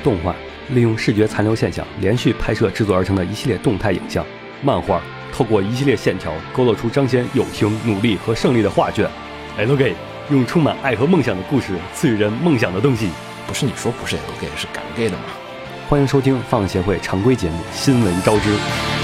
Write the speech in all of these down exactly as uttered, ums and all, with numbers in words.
动画，利用视觉残留现象连续拍摄制作而成的一系列动态影像漫画，透过一系列线条勾勒出彰显友情、努力和胜利的画卷。L G 用充满爱和梦想的故事赐予人梦想的东西。 不是你说不是 L G 是敢 G 的吗？ 欢迎收听放协会常规节目《新闻招之》。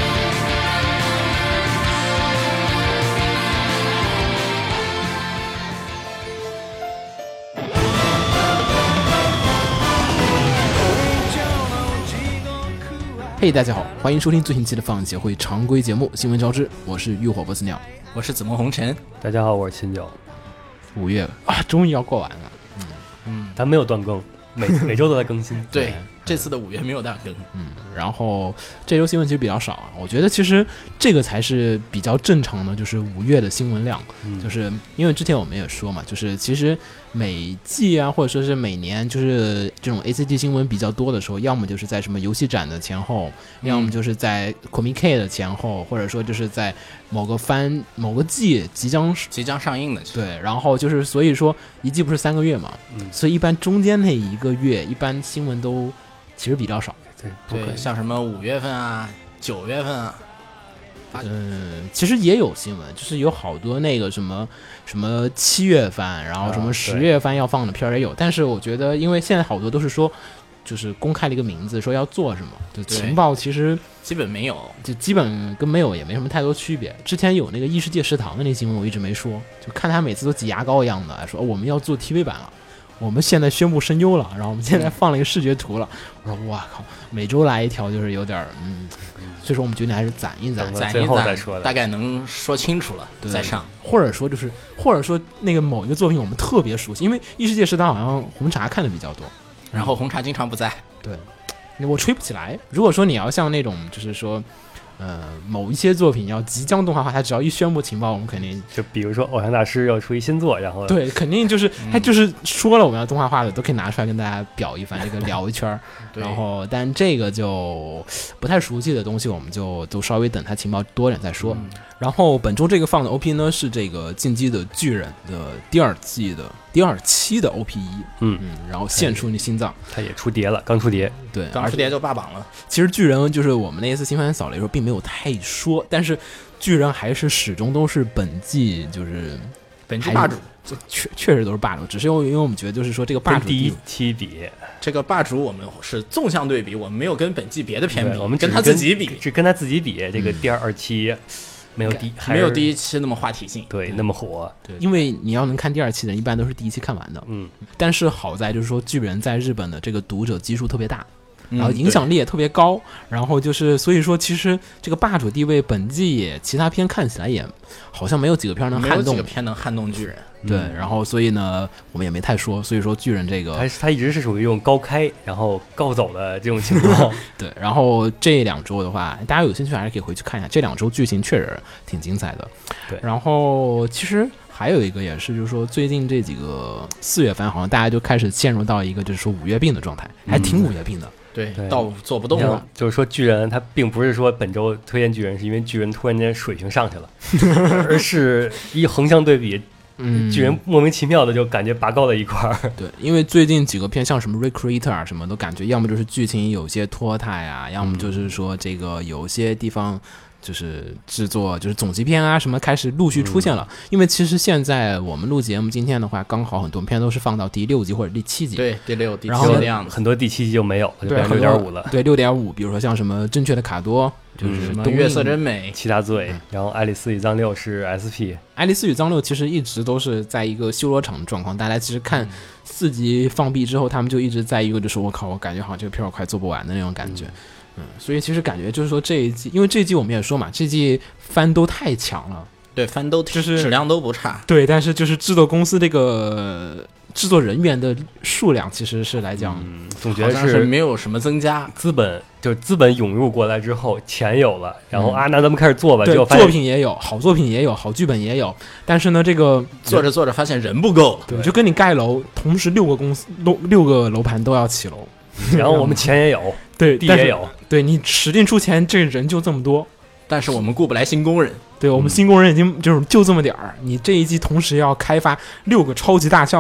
嘿、hey, 大家好，欢迎收听最新期的放协会常规节目《新闻招之》，我是浴火不死鸟， 我是紫梦红尘。 大家好，我是秦九。 五月啊，终于要过完了。 嗯嗯，咱没有断更，每每周都在更新。 对，这次的五月没有大更。 嗯，然后这周新闻其实比较少啊，我觉得其实这个才是比较正常的，就是五月的新闻量。嗯、就是因为之前我们也说嘛，就是其实每季啊，或者说是每年，就是这种 A C G 新闻比较多的时候，要么就是在什么游戏展的前后，嗯、要么就是在 Comic K 的前后，或者说就是在某个番某个季即将即将上映的。 对，然后就是所以说一季不是三个月嘛，嗯、所以一般中间那一个月，一般新闻都其实比较少。 对，对，像什么五月份啊、九月份啊。 嗯，其实也有新闻，就是有好多那个什么什么七月番，然后什么十月番要放的片儿也有，啊、但是我觉得，因为现在好多都是说，就是公开了一个名字，说要做什么，就情报其实基本没有， 就基本跟没有也没什么太多区别。之前有那个异世界食堂的那新闻，我一直没说，就看他每次都挤牙膏一样的说、哦、我们要做 T V 版了。我们现在宣布声优了，然后我们现在放了一个视觉图了。我说哇靠，每周来一条就是有点嗯，所以说我们决定还是攒一攒， 攒一攒，大概能说清楚了再上。 或者说就是，或者说那个某一个作品我们特别熟悉，因为异世界食堂好像红茶看的比较多， 然后红茶经常不在， 对，我吹不起来。如果说你要像那种就是说。呃，某一些作品要即将动画化，他只要一宣布情报，我们肯定就比如说偶像大师要出一新作，然后对，肯定就是他就是说了我们要动画化的，都可以拿出来跟大家表一番，这个聊一圈然后，但这个就不太熟悉的东西，我们就都稍微等他情报多点再说。嗯、然后本周这个放的 O P 呢是这个《进击的巨人》的第二季的第二期的 O P 一，嗯嗯，然后献出你心脏， 他也出碟了，刚出碟， 对， 刚出碟就霸榜了。 其实巨人就是我们那一次新番扫雷的时候，并没有太说，但是巨人还是始终都是本季就是本季霸主， 确确实都是霸主，只是因为因为我们觉得就是说这个霸主第一期比这个霸主，我们是纵向对比，我们没有跟本季别的片比， 我们跟他自己比， 只跟他自己比，这个第二二期。没有第没有第一期那么话题性， 对，那么火。 对，因为你要能看第二期的人，一般都是第一期看完的。嗯，但是好在就是说，巨人在日本的这个读者基数特别大，然后影响力也特别高，嗯、然后就是所以说，其实这个霸主地位本季也其他片看起来也好像没有几个片能撼动， 没有几个片能撼动巨人。 对，然后所以呢，我们也没太说，所以说巨人这个， 他他一直是属于用高开然后高走的这种情况。 对，然后这两周的话，大家有兴趣还是可以回去看一下，这两周剧情确实挺精彩的。 对， 然后其实还有一个也是，就是说最近这几个四月番，好像大家就开始陷入到一个就是说五月病的状态，还挺五月病的。 嗯对，到做不动了。 就是说，巨人他并不是说本周推荐巨人是因为巨人突然间水平上去了，而是一横向对比。嗯，巨人莫名其妙的就感觉拔高了一块儿。 对，因为最近几个片像什么 Recreator 啊什么都感觉，要么就是剧情有些拖沓啊，要么就是说这个有些地方就是制作就是总集片啊什么开始陆续出现了。嗯、因为其实现在我们录节目今天的话，刚好很多片都是放到第六集或者第七集。 对，第六、第七这样子， 很多第七集就没有，就变成六点五了。 对，六点五，比如说像什么正确的卡多。就是什么月色真美、 七大罪，嗯、然后爱丽丝与藏六是 S P。 爱丽丝与藏六其实一直都是在一个修罗场的状况，大家其实看四集放毕之后，他们就一直在一个就是我靠，我感觉好像这个片儿快做不完的那种感觉。嗯, 嗯，所以其实感觉就是说这一季，因为这一季我们也说嘛，这季番都太强了， 对，番都就是质量都不差， 对，但是就是制作公司这个。制作人员的数量其实是来讲， 嗯、总觉得是, 是没有什么增加。 资本就是资本涌入过来之后，钱有了，然后、嗯、啊，那咱们开始做吧。 对， 就作品也有，好作品也有，好剧本也有，但是呢，这个做着做着发现人不够， 对，就跟你盖楼，同时六个公司六六个楼盘都要起楼， 然后我们钱也有， 对， 地也有， 对你使劲出钱，这人就这么多。 但是我们雇不来新工人， 对我们新工人已经就是就这么点儿。你这一季同时要开发六个超级大项目，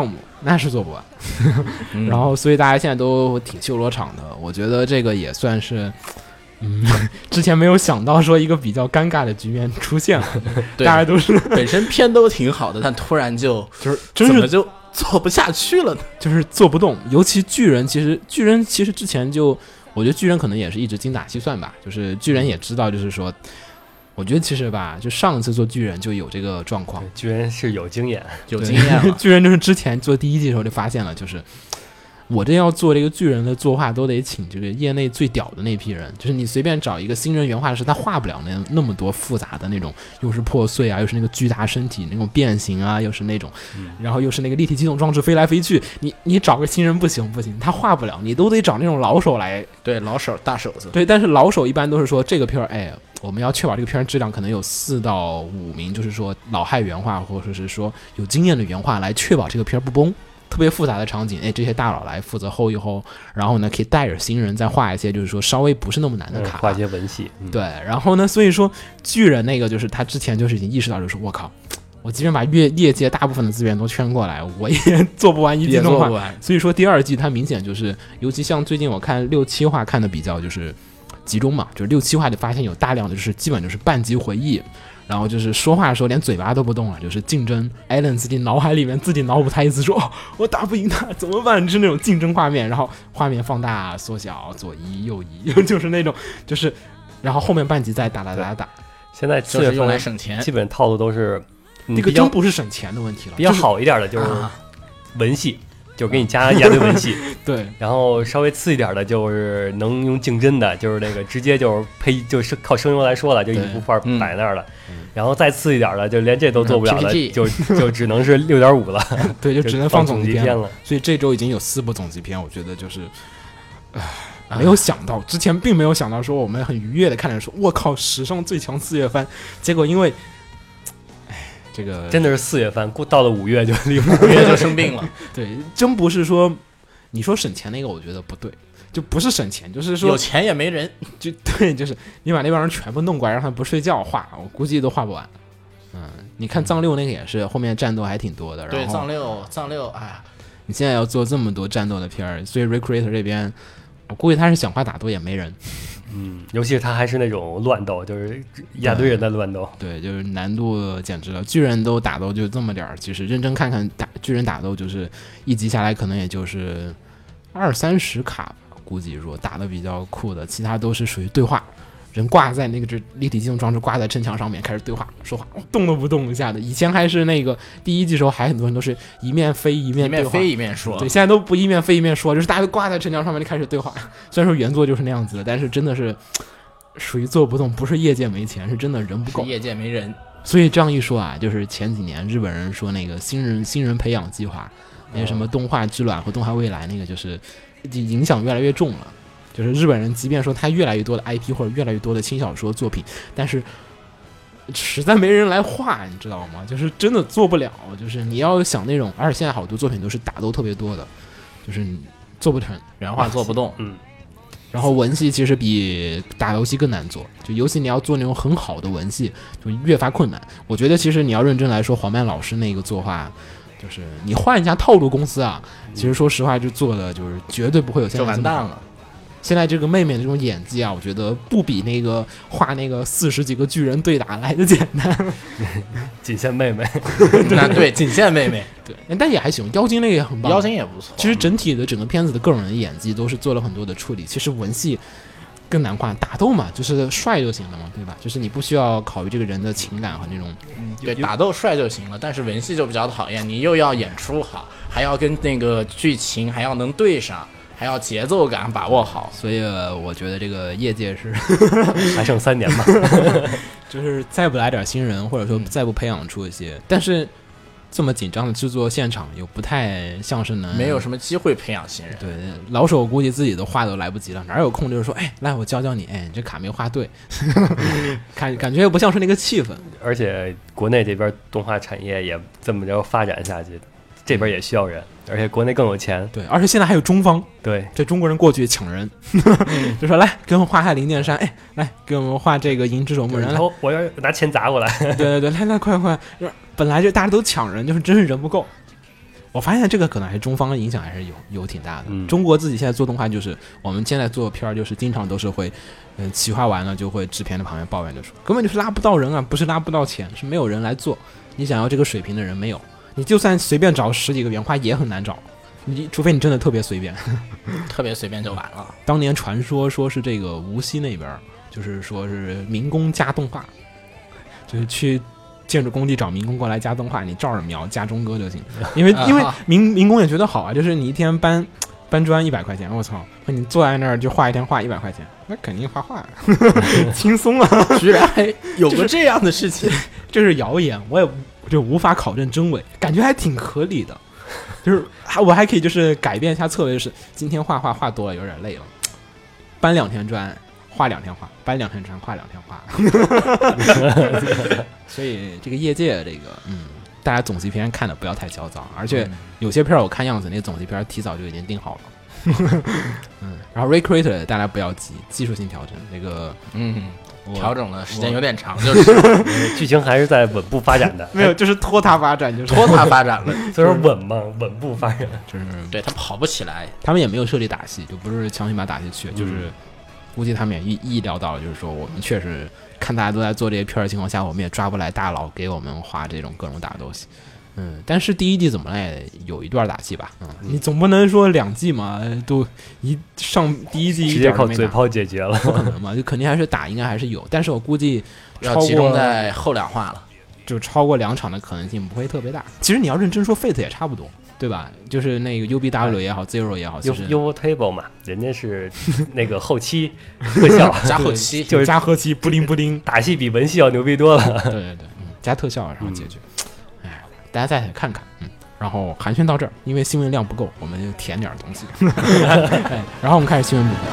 那是做不完。 嗯然后所以大家现在都挺修罗场的，我觉得这个也算是。嗯，之前没有想到说一个比较尴尬的局面出现了， 对大家都是本身片都挺好的，但突然就就是真是怎么就做不下去了呢？ 就是做不动。尤其巨人，其实巨人其实之前就，我觉得巨人可能也是一直精打细算吧，就是巨人也知道，就是说，我觉得其实吧，就上一次做巨人就有这个状况， 巨人是有经验， 有经验了。 巨人就是之前做第一季的时候就发现了，就是我这要做这个巨人的作画，都得请这个业内最屌的那批人。就是你随便找一个新人原画师，他画不了那那么多复杂的那种，又是破碎啊，又是那个巨大身体那种变形啊，又是那种，然后又是那个立体机动装置飞来飞去。你你找个新人不行不行，他画不了，你都得找那种老手来。 对，老手大手子。 对，但是老手一般都是说这个片儿，哎。我们要确保这个片儿质量，可能有四到五名，就是说老害原画，或者是说有经验的原画来确保这个片儿不崩。特别复杂的场景，哎，这些大佬来负责 hold 一 hold， 然后呢，可以带着新人再画一些，就是说稍微不是那么难的卡， 嗯、画一些文戏。嗯、 对，然后呢，所以说巨人那个就是他之前就是已经意识到，就是我靠，我即便把业业界大部分的资源都圈过来，我也做不完一季动画。所以说第二季它明显就是，尤其像最近我看六七话看的比较就是集中嘛，就是六七话就发现有大量的就是基本就是半集回忆。然后就是说话的时候连嘴巴都不动了，就是竞争。艾伦自己脑海里面自己脑补他一次说、哦、我打不赢他怎么办，就是那种竞争画面，然后画面放大缩小左移右移，就是那种就是，然后后面半集再打打打打。 现在四月份用来省钱， 基本套路都是、 嗯、那个真不是省钱的问题了。 比较好一点的就是文戏。啊就给你加一大堆文戏， 对， 然后稍微次一点的，就是能用竞争的，就是那个直接就是配，就是靠声优来说了，就一幅画摆那儿了。 嗯、 然后再次一点的，就连这都做不了的， 嗯、 就就只能是六点五了。 对，就只能放总集片了。 所以这周已经有四部总集片，我觉得就是，唉，没有想到，之前并没有想到说我们很愉悦的看着说，我靠，史上最强四月番，结果因为。这个真的是四月份，过到了五月就五月就生病了。 对，真不是说你说省钱那个，我觉得不对，就不是省钱，就是说有钱也没人， 就对，就是你把那帮人全部弄过来，让他不睡觉画，我估计都画不完。嗯，你看藏六那个也是，后面战斗还挺多的。 对， 然后藏六藏六，哎呀， 你现在要做这么多战斗的片儿，所以 Recreator 这边，我估计他是想画打斗也没人。 嗯，尤其是他还是那种乱斗，就是一大堆人的乱斗。 对，就是难度简直了。巨人都打斗就这么点儿，其实认真看看打巨人打斗，就是一集下来可能也就是二三十卡吧，估计说打的比较酷的，其他都是属于对话。人挂在那个立体机动装置挂在城墙上面开始对话说话，动都不动一下的。以前还是那个第一季时候，还很多人都是一面飞一面对话， 一面飞一面说。 对，现在都不一面飞一面说，就是大家都挂在城墙上面就开始对话。虽然说原作就是那样子的，但是真的是属于做不动，不是业界没钱，是真的人不够， 业界没人。 所以这样一说啊，就是前几年日本人说那个新人新人培养计划，那个什么动画之卵和动画未来那个，就是影响越来越重了。就是日本人，即便说他越来越多的 I P 或者越来越多的轻小说作品，但是实在没人来画，你知道吗？就是真的做不了。就是你要想那种，而且现在好多作品都是打斗特别多的，就是做不成， 原画做不动。 嗯。 然后文戏其实比打游戏更难做，就尤其你要做那种很好的文戏，就越发困难。我觉得其实你要认真来说，黄曼老师那个作画。就是你换一家套路公司啊，其实说实话就做的就是绝对不会有现在就完蛋了。 现在这个妹妹的这种演技啊，我觉得不比那个画那个四十几个巨人对打来的简单。 仅限妹妹， 那对，仅限妹妹， 对，但也还行。妖精那个也很棒， 妖精也不错。 其实整体的整个片子的各种人的演技都是做了很多的处理。其实文戏更难画，打斗嘛，就是帅就行了嘛，对吧？就是你不需要考虑这个人的情感和那种。 嗯，对，打斗帅就行了，但是文戏就比较讨厌，你又要演出好，还要跟那个剧情还要能对上。还要节奏感把握好， 所以我觉得这个业界是还剩三年吧， 就是再不来点新人，或者说再不培养出一些，但是这么紧张的制作现场又不太像是能， 没有什么机会培养新人。 对，老手估计自己的画都来不及了，哪有空就是说，哎，来我教教你，哎，你这卡没画对，感感觉又不像是那个气氛。 而且国内这边动画产业也这么着发展下去。这边也需要人，而且国内更有钱。 对，而且现在还有中方， 对， 这中国人过去抢人，就说来给我们画下零件山，哎，来给我们画这个银之守墓人， 我我要拿钱砸过来。 对对对，来来快快，本来就大家都抢人，就是真是人不够。 我发现这个可能还是中方影响还是有有挺大的。 嗯、 中国自己现在做动画，就是我们现在做片儿，就是经常都是会，嗯、呃，企划完了就会制片的旁边抱怨就说，根本就是拉不到人啊，不是拉不到钱，是没有人来做。你想要这个水平的人没有，你就算随便找十几个原画也很难找，你除非你真的特别随便， 特别随便就完了。 当年传说说是这个无锡那边，就是说是民工加动画，就是去。建筑工地找民工过来加动画，你照着描加中歌就行，因为因为民民工也觉得好啊，就是你一天搬搬砖一百块钱，我操，你坐在那儿就画一天画一百块钱，那肯定画画轻松啊， 居然还有个这样的事情， 这是谣言，我也就无法考证真伪，感觉还挺合理的，就是我还可以就是改变一下策略，就是今天画画画多了有点累了，搬两天砖。画两天画，搬两天砖，画两天画，所以这个业界这个，嗯，大家总集片看的不要太焦躁，而且有些片我看样子那总集片提早就已经定好了，嗯，然后 recreator 大家不要急，技术性调整，这个， 嗯，调整的时间有点长，就是剧情还是在稳步发展的， 没有，就是拖沓发展，就是拖沓发展了， 所以说稳嘛，稳步发展， 就是对他跑不起来， 他们也没有设计打戏，就不是强行把打戏去，就是。嗯估计他们也意意料到了，就是说我们确实看大家都在做这些片儿的情况下，我们也抓不来大佬给我们画这种各种打斗戏。嗯，但是第一季怎么来有一段打戏吧？嗯，你总不能说两季嘛，都一上第一季直接靠嘴炮解决了， 不可能嘛？就肯定还是打，应该还是有，但是我估计要集中在后两话了， 就超过两场的可能性不会特别大。其实你要认真说 ，Fate 也差不多。对吧？就是那个 U B W 也好 ，Zero 也好，就是 U Table 嘛，人家是那个后期特效加后期， 就是加后期，不灵不灵， 打戏比文戏要牛逼多了。 对对对，嗯，加特效然后解决。哎、嗯，大家再看看，嗯，然后寒暄到这儿，因为新闻量不够，我们就填点东西。哎，然后我们开始新闻部分。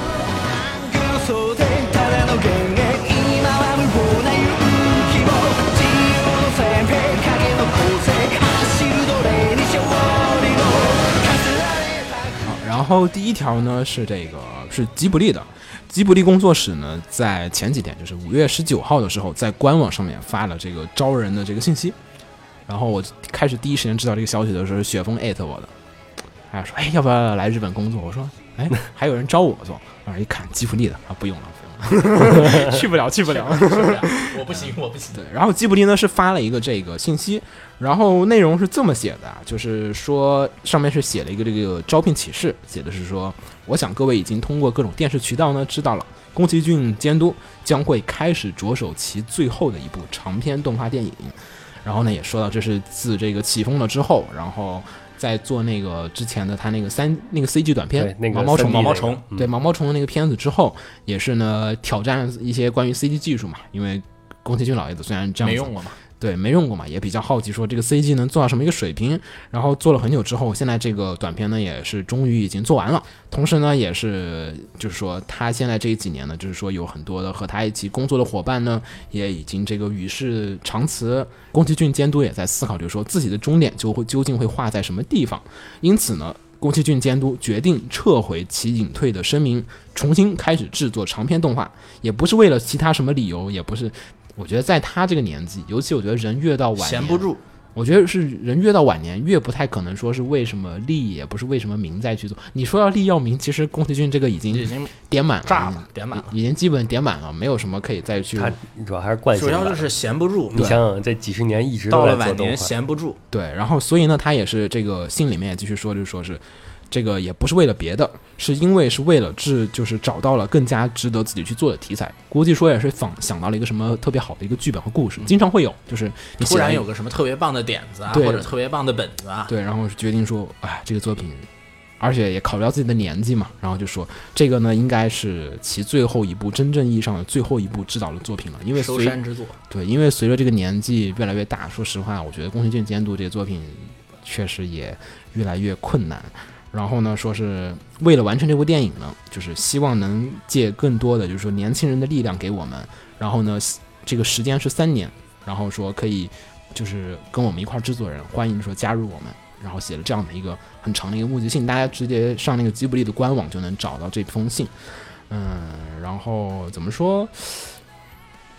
然后第一条呢是这个是吉卜力的，吉卜力工作室呢在前几天，就是五月十九号的时候，在官网上面发了这个招人的这个信息。然后我开始第一时间知道这个消息的时候，雪峰艾特我的，他说：“哎，要不要来日本工作？”我说：“哎，还有人招我做。”然后一看吉卜力的啊，不用了。去不了，去不了， 我不行，我不行。 对，然后吉卜力呢是发了一个这个信息，然后内容是这么写的，就是说上面是写了一个这个招聘启事，写的是说，我想各位已经通过各种电视渠道呢知道了，宫崎骏监督将会开始着手其最后的一部长篇动画电影，然后呢也说到这是自这个起风了之后，然后。在做那个之前的他那个三那个 C G 短片， 那个毛毛虫毛毛虫， 对毛毛虫的那个片子之后，也是呢挑战一些关于 C G 技术嘛，因为宫崎骏老爷子虽然这样没用过嘛， 对没用过嘛，也比较好奇说这个 C G 能做到什么一个水平，然后做了很久之后，现在这个短片呢也是终于已经做完了，同时呢也是就是说他现在这几年呢，就是说有很多的和他一起工作的伙伴呢，也已经这个与世长辞。宫崎骏监督也在思考，就是说自己的终点就会究竟会画在什么地方。因此呢，宫崎骏监督决定撤回其隐退的声明，重新开始制作长篇动画，也不是为了其他什么理由，也不是。我觉得在他这个年纪，尤其我觉得人越到晚年， 闲不住。 我觉得是人越到晚年越不太可能说是为什么利，也不是为什么名再去做。你说要利要名，其实宫崎骏这个已经已经点满了， 炸了，点满了， 已经基本点满了，没有什么可以再去。 他主要还是惯性， 主要就是闲不住。 你想想，这几十年一直到了晚年闲不住。 对，然后所以呢，他也是这个信里面也继续说，就是说是。这个也不是为了别的，是因为是为了治，就是找到了更加值得自己去做的题材。估计说也是仿想到了一个什么特别好的一个剧本和故事，经常会有，就是你突然有个什么特别棒的点子啊，或者特别棒的本子啊， 对，然后决定说，哎，这个作品，而且也考虑到自己的年纪嘛，然后就说这个呢应该是其最后一部真正意义上的最后一部指导的作品了，因为收山之作。 对，因为随着这个年纪越来越大，说实话，我觉得宫崎骏监督这些作品确实也越来越困难。然后呢，说是为了完成这部电影呢，就是希望能借更多的，就是说年轻人的力量给我们。然后呢，这个时间是三年，然后说可以就是跟我们一块制作人，欢迎说加入我们。然后写了这样的一个很长的一个募集信，大家直接上那个吉卜力的官网就能找到这封信。嗯，然后怎么说？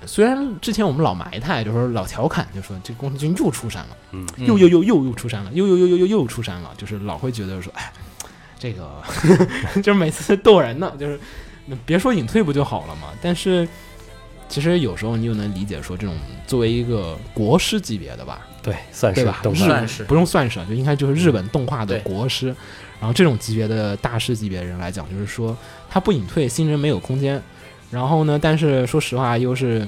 虽然之前我们老埋汰，就是老调侃，就说这宫崎骏又出山了， 嗯， 又又又又又出山了，又又又又又又出山了，就是老会觉得说，哎，这个就是每次逗人呢，就是别说隐退不就好了嘛？但是其实有时候你又能理解说，这种作为一个国师级别的吧， 对，算是对吧？ 动画算是不用算是，就应该就是日本动画的对国师。然后这种级别的大师级别的人来讲，就是说他不隐退，新人没有空间。然后呢，但是说实话又是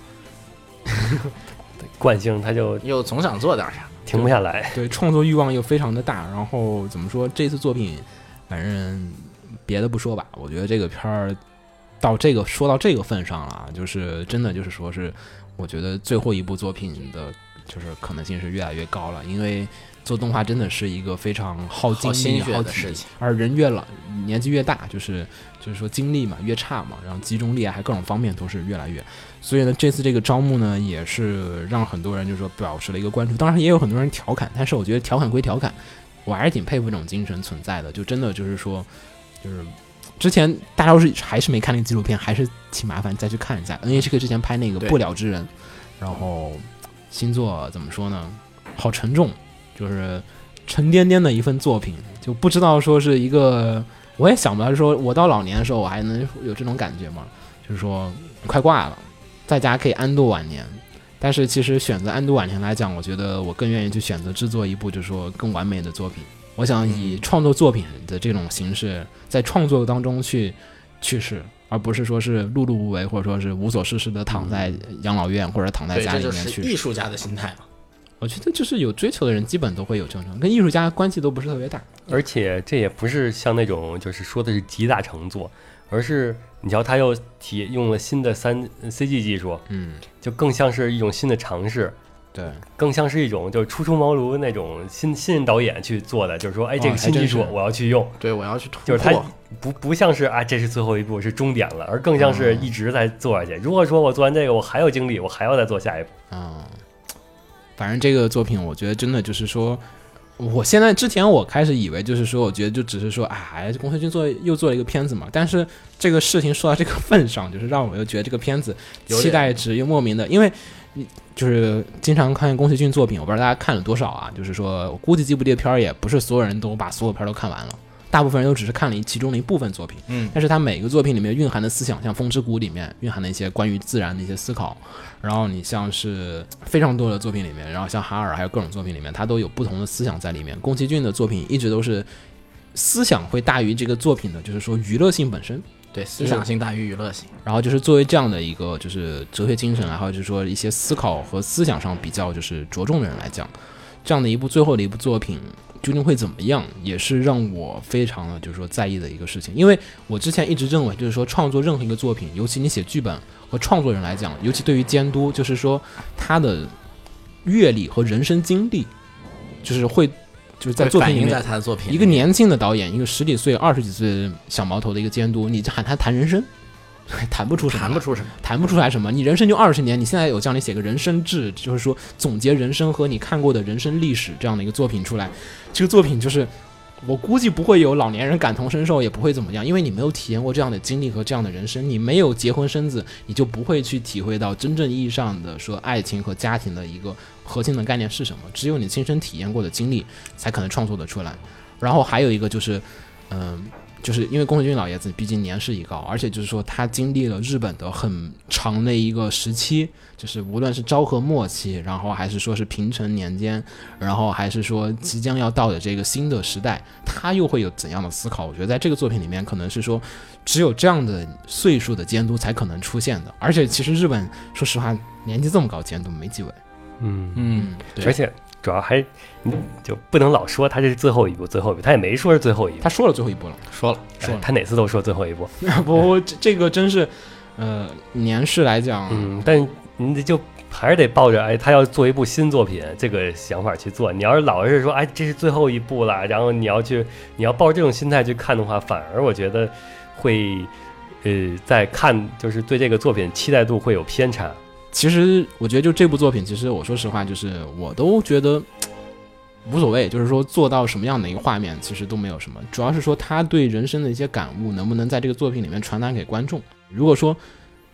惯性，他就又总想做点啥。 停不下来。 对创作欲望又非常的大。然后怎么说，这次作品，反正别的不说吧，我觉得这个片儿到这个说到这个份上了，就是真的就是说是，我觉得最后一部作品的，就是可能性是越来越高了，因为做动画真的是一个非常耗精力、 耗心血耗体力的事情， 而人越老，年纪越大，就是就是说精力嘛越差嘛，然后集中力啊还各种方面都是越来越。所以呢，这次这个招募呢，也是让很多人就是说表示了一个关注，当然也有很多人调侃，但是我觉得调侃归调侃，我还是挺佩服这种精神存在的，就真的就是说，就是之前大家都是还是没看那个纪录片，还是挺麻烦再去看一下。N H K 之前拍那个《 对不了之人》，然后星座怎么说呢，好沉重。就是沉甸甸的一份作品，就不知道说是一个，我也想不到说我到老年的时候我还能有这种感觉吗？就是说快挂了，在家可以安度晚年。但是其实选择安度晚年来讲，我觉得我更愿意去选择制作一部就是说更完美的作品。我想以创作作品的这种形式，在创作当中去去世，而不是说是碌碌无为，或者说是无所事事的躺在养老院或者躺在对， 家这就是里面去世。 艺术家的心态嘛。 我觉得就是有追求的人基本都会有这种，跟艺术家关系都不是特别大。 而且这也不是像那种就是说的是集大成作，而是你瞧他又体用了新的三 C G 技术， 嗯， 就更像是一种新的尝试， 对， 更像是一种就是初出茅庐那种新新人导演去做的，就是说，哎，这个新技术还真是我要去用， 对，我要去突破。 就是他不不像是啊，这是最后一步是终点了，而更像是一直在做下去。如果说我做完这个，我还有精力，我还要再做下一步。 嗯，反正这个作品，我觉得真的就是说，我现在之前我开始以为就是说，我觉得就只是说，哎，宫崎骏做又做了一个片子嘛。但是这个事情说到这个份上，就是让我又觉得这个片子期待值又莫名的，因为就是经常看宫崎骏作品，我不知道大家看了多少啊。就是说我估计这部这片儿也不是所有人都把所有片儿都看完了。大部分人都只是看了其中的一部分作品， 嗯， 但是他每个作品里面蕴含的思想，像《风之谷》里面蕴含的一些关于自然的一些思考，然后你像是非常多的作品里面，然后像哈尔还有各种作品里面，它都有不同的思想在里面。宫崎骏的作品一直都是思想会大于这个作品的，就是说娱乐性本身。 对，思想性大于娱乐性。 然后就是作为这样的一个就是哲学精神，然后就是说一些思考和思想上比较就是着重的人来讲，这样的一部最后的一部作品究竟会怎么样，也是让我非常的就是说在意的一个事情。因为我之前一直认为，就是说创作任何一个作品，尤其你写剧本和创作人来讲，尤其对于监督，就是说他的阅历和人生经历，就是会就是在作品里面， 在他的作品里面一个年轻的导演，一个十几岁、二十几岁小毛头的一个监督，你喊他谈人生，谈不出什么， 谈不出什么， 谈不出来什么。你人生就二十年，你现在有叫你写个人生志，就是说总结人生和你看过的人生历史这样的一个作品出来，这个作品就是我估计不会有老年人感同身受，也不会怎么样，因为你没有体验过这样的经历和这样的人生，你没有结婚生子，你就不会去体会到真正意义上的说爱情和家庭的一个核心的概念是什么。只有你亲身体验过的经历，才可能创作得出来。然后还有一个就是，嗯、呃。就是因为宫崎骏老爷子毕竟年事已高，而且就是说他经历了日本的很长的一个时期，就是无论是昭和末期，然后还是说是平成年间，然后还是说即将要到的这个新的时代，他又会有怎样的思考？我觉得在这个作品里面，可能是说只有这样的岁数的监督才可能出现的。而且其实日本说实话年纪这么高，监督没几位。 嗯嗯，对， 而且主要还你就不能老说他这是最后一步，最后一步他也没说是最后一步， 他说了最后一步了， 说了说了， 他哪次都说最后一步。 不，这这个真是，呃，年事来讲， 嗯，但你就还是得抱着哎，他要做一部新作品这个想法去做。你要是老是说哎，这是最后一步了，然后你要去，你要抱着这种心态去看的话，反而我觉得会，呃，在看就是对这个作品期待度会有偏差。 其实我觉得就这部作品，其实我说实话，就是我都觉得无所谓，就是说做到什么样的一个画面，其实都没有什么，主要是说他对人生的一些感悟能不能在这个作品里面传达给观众。如果说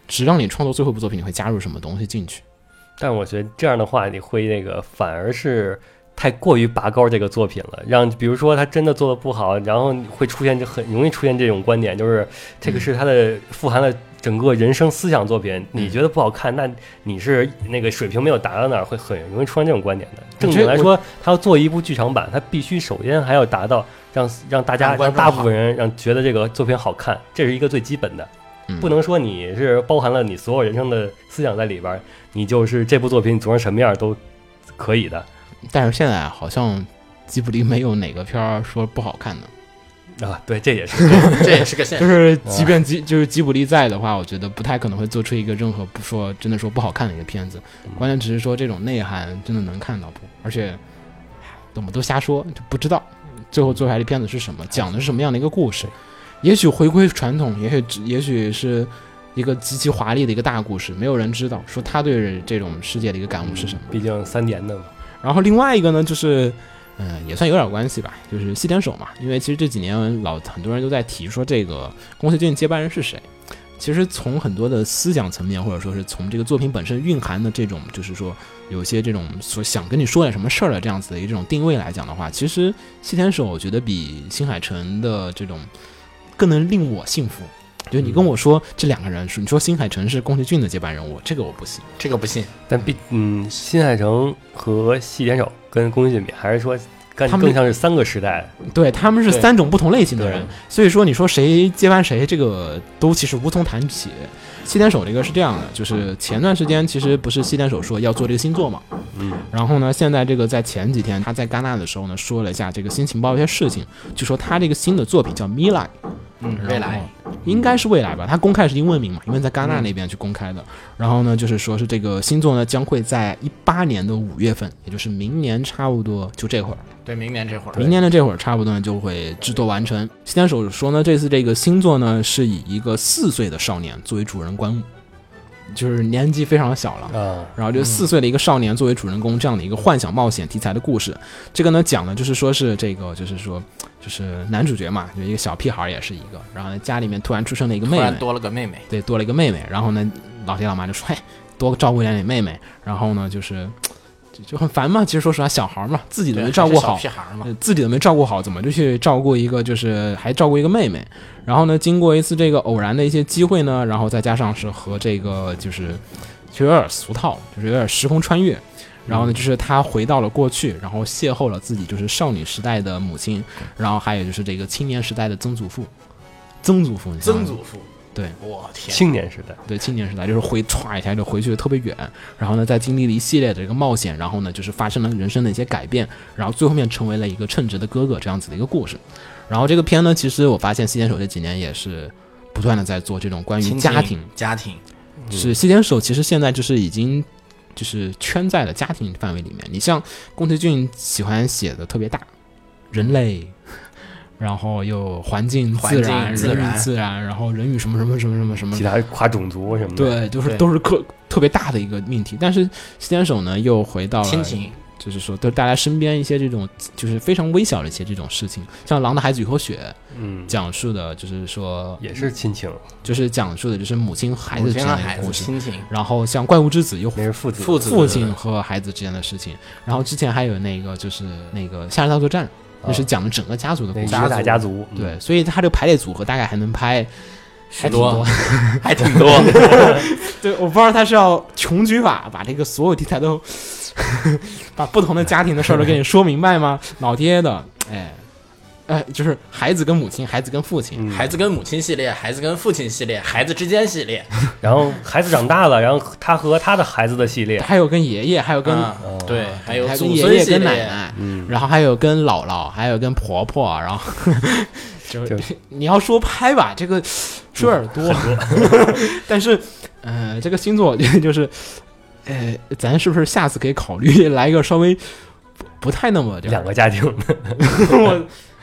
只让你创作最后一部作品，你会加入什么东西进去？ 但我觉得这样的话，你会那个反而是太过于拔高这个作品了，让比如说他真的做的不好，然后会出现就很容易出现这种观点，就是这个是他的富含了整个人生思想作品，你觉得不好看，那你是那个水平没有达到那儿，会很容易出现这种观点的。正经来说，他要做一部剧场版，他必须首先还要达到让让大家让大部分人让觉得这个作品好看，这是一个最基本的。不能说你是包含了你所有人生的思想在里边，你就是这部作品做成什么样都可以的。 但是现在好像吉卜力没有哪个片儿说不好看的啊，对，这也是这也是个现实。 就是即便吉就是吉卜力在的话，我觉得不太可能会做出一个任何不说真的说不好看的一个片子。关键只是说这种内涵真的能看到不？而且我们都瞎说，就不知道最后做出来的片子是什么，讲的是什么样的一个故事。也许回归传统，也许也许是一个极其华丽的一个大故事，没有人知道说他对这种世界的一个感悟是什么。 毕竟三年的嘛。 然后另外一个呢，就是，嗯、呃，也算有点关系吧，就是细田守嘛。因为其实这几年老很多人都在提说这个宫崎骏接班人是谁。其实从很多的思想层面，或者说是从这个作品本身蕴含的这种，就是说有些这种所想跟你说点什么事儿的这样子的一种定位来讲的话，其实细田守我觉得比新海诚的这种更能令我信服。就你跟我说这两个人，你说新海诚是宫崎骏的接班人物，这个我不信， 这个不信。 但毕嗯，新海诚和细田守跟宫崎骏比，还是说更更像是三个时代。 对，他们是三种不同类型的人，所以说你说谁接班谁，这个都其实无从谈起。细田守这个是这样的，就是前段时间其实不是细田守说要做这个新作嘛，嗯，然后呢，现在这个在前几天他在戛纳的时候呢说了一下这个新情报一些事情，就说他这个新的作品叫未来。 嗯，未来应该是未来吧，他公开是英文名嘛，因为在戛纳那边去公开的。然后呢，就是说是这个新作呢将会在一八年的五月份，也就是明年差不多就这会儿。 对，明年这会儿， 明年的这会儿差不多呢就会制作完成。细田守说呢，这次这个新作呢是以一个四岁的少年作为主人公。就是年纪非常小了啊，然后就四岁的一个少年作为主人公这样的一个幻想冒险题材的故事，这个呢讲的就是说是这个就是说就是男主角嘛，就一个小屁孩也是一个，然后呢家里面突然出生了一个妹妹， 突然多了个妹妹， 对，多了一个妹妹，然后呢老爹老妈就说，嘿，多照顾一点点妹妹，然后呢就是就很烦嘛，其实说实话，小孩嘛，自己都没照顾好， 小屁孩嘛， 自己都没照顾好，怎么就去照顾一个，就是还照顾一个妹妹？然后呢，经过一次这个偶然的一些机会呢，然后再加上是和这个就是就有点俗套，就是有点时空穿越。然后呢，就是他回到了过去，然后邂逅了自己就是少女时代的母亲，然后还有就是这个青年时代的曾祖父，曾祖父， 曾祖父。 对， 我天， 青年时代， 对，青年时代就是回歘一下就回去的特别远，然后呢，在经历了一系列的这个冒险，然后呢，就是发生了人生的一些改变，然后最后面成为了一个称职的哥哥这样子的一个故事。然后这个片呢，其实我发现细田守这几年也是不断的在做这种关于家庭， 家庭， 是细田守其实现在就是已经就是圈在了家庭范围里面。你像宫崎骏喜欢写的特别大，人类。然后又环境、自然、 自然人与自然，然后人与什么什么什么什么什么， 其他跨种族什么的， 对，就是都是特特别大的一个命题。但是细田守呢，又回到了亲情， 就是说，对大家身边一些这种就是非常微小的一些这种事情，像《狼的孩子与和雪》，嗯，讲述的就是说也是亲情， 就是讲述的就是母亲和孩子之间的故事， 亲情。 然后像《怪物之子》又那是父子父子父亲和孩子之间的事情。然后之前还有那个就是那个《夏日大作战》。就是讲的整个家族的故事， 大家族， 对，所以他这个排列组合大概还能拍还挺多， 还挺多。对，我不知道他是要穷举法把这个所有题材都把不同的家庭的事儿都给你说明白吗？老爹的，哎。哎，就是孩子跟母亲，孩子跟父亲， 嗯、孩子跟母亲系列，孩子跟父亲系列，孩子之间系列， 然后孩子长大了，然后他和他的孩子的系列， 还有跟爷爷，还有跟、 啊哦、对，还有跟爷爷跟奶奶，嗯，然后还有跟姥姥，还有跟婆婆，然后就就你要说拍吧，这个说有点多，多但是呃，这个星座就是，呃，咱是不是下次可以考虑来一个稍微不不太那么两个家庭的我。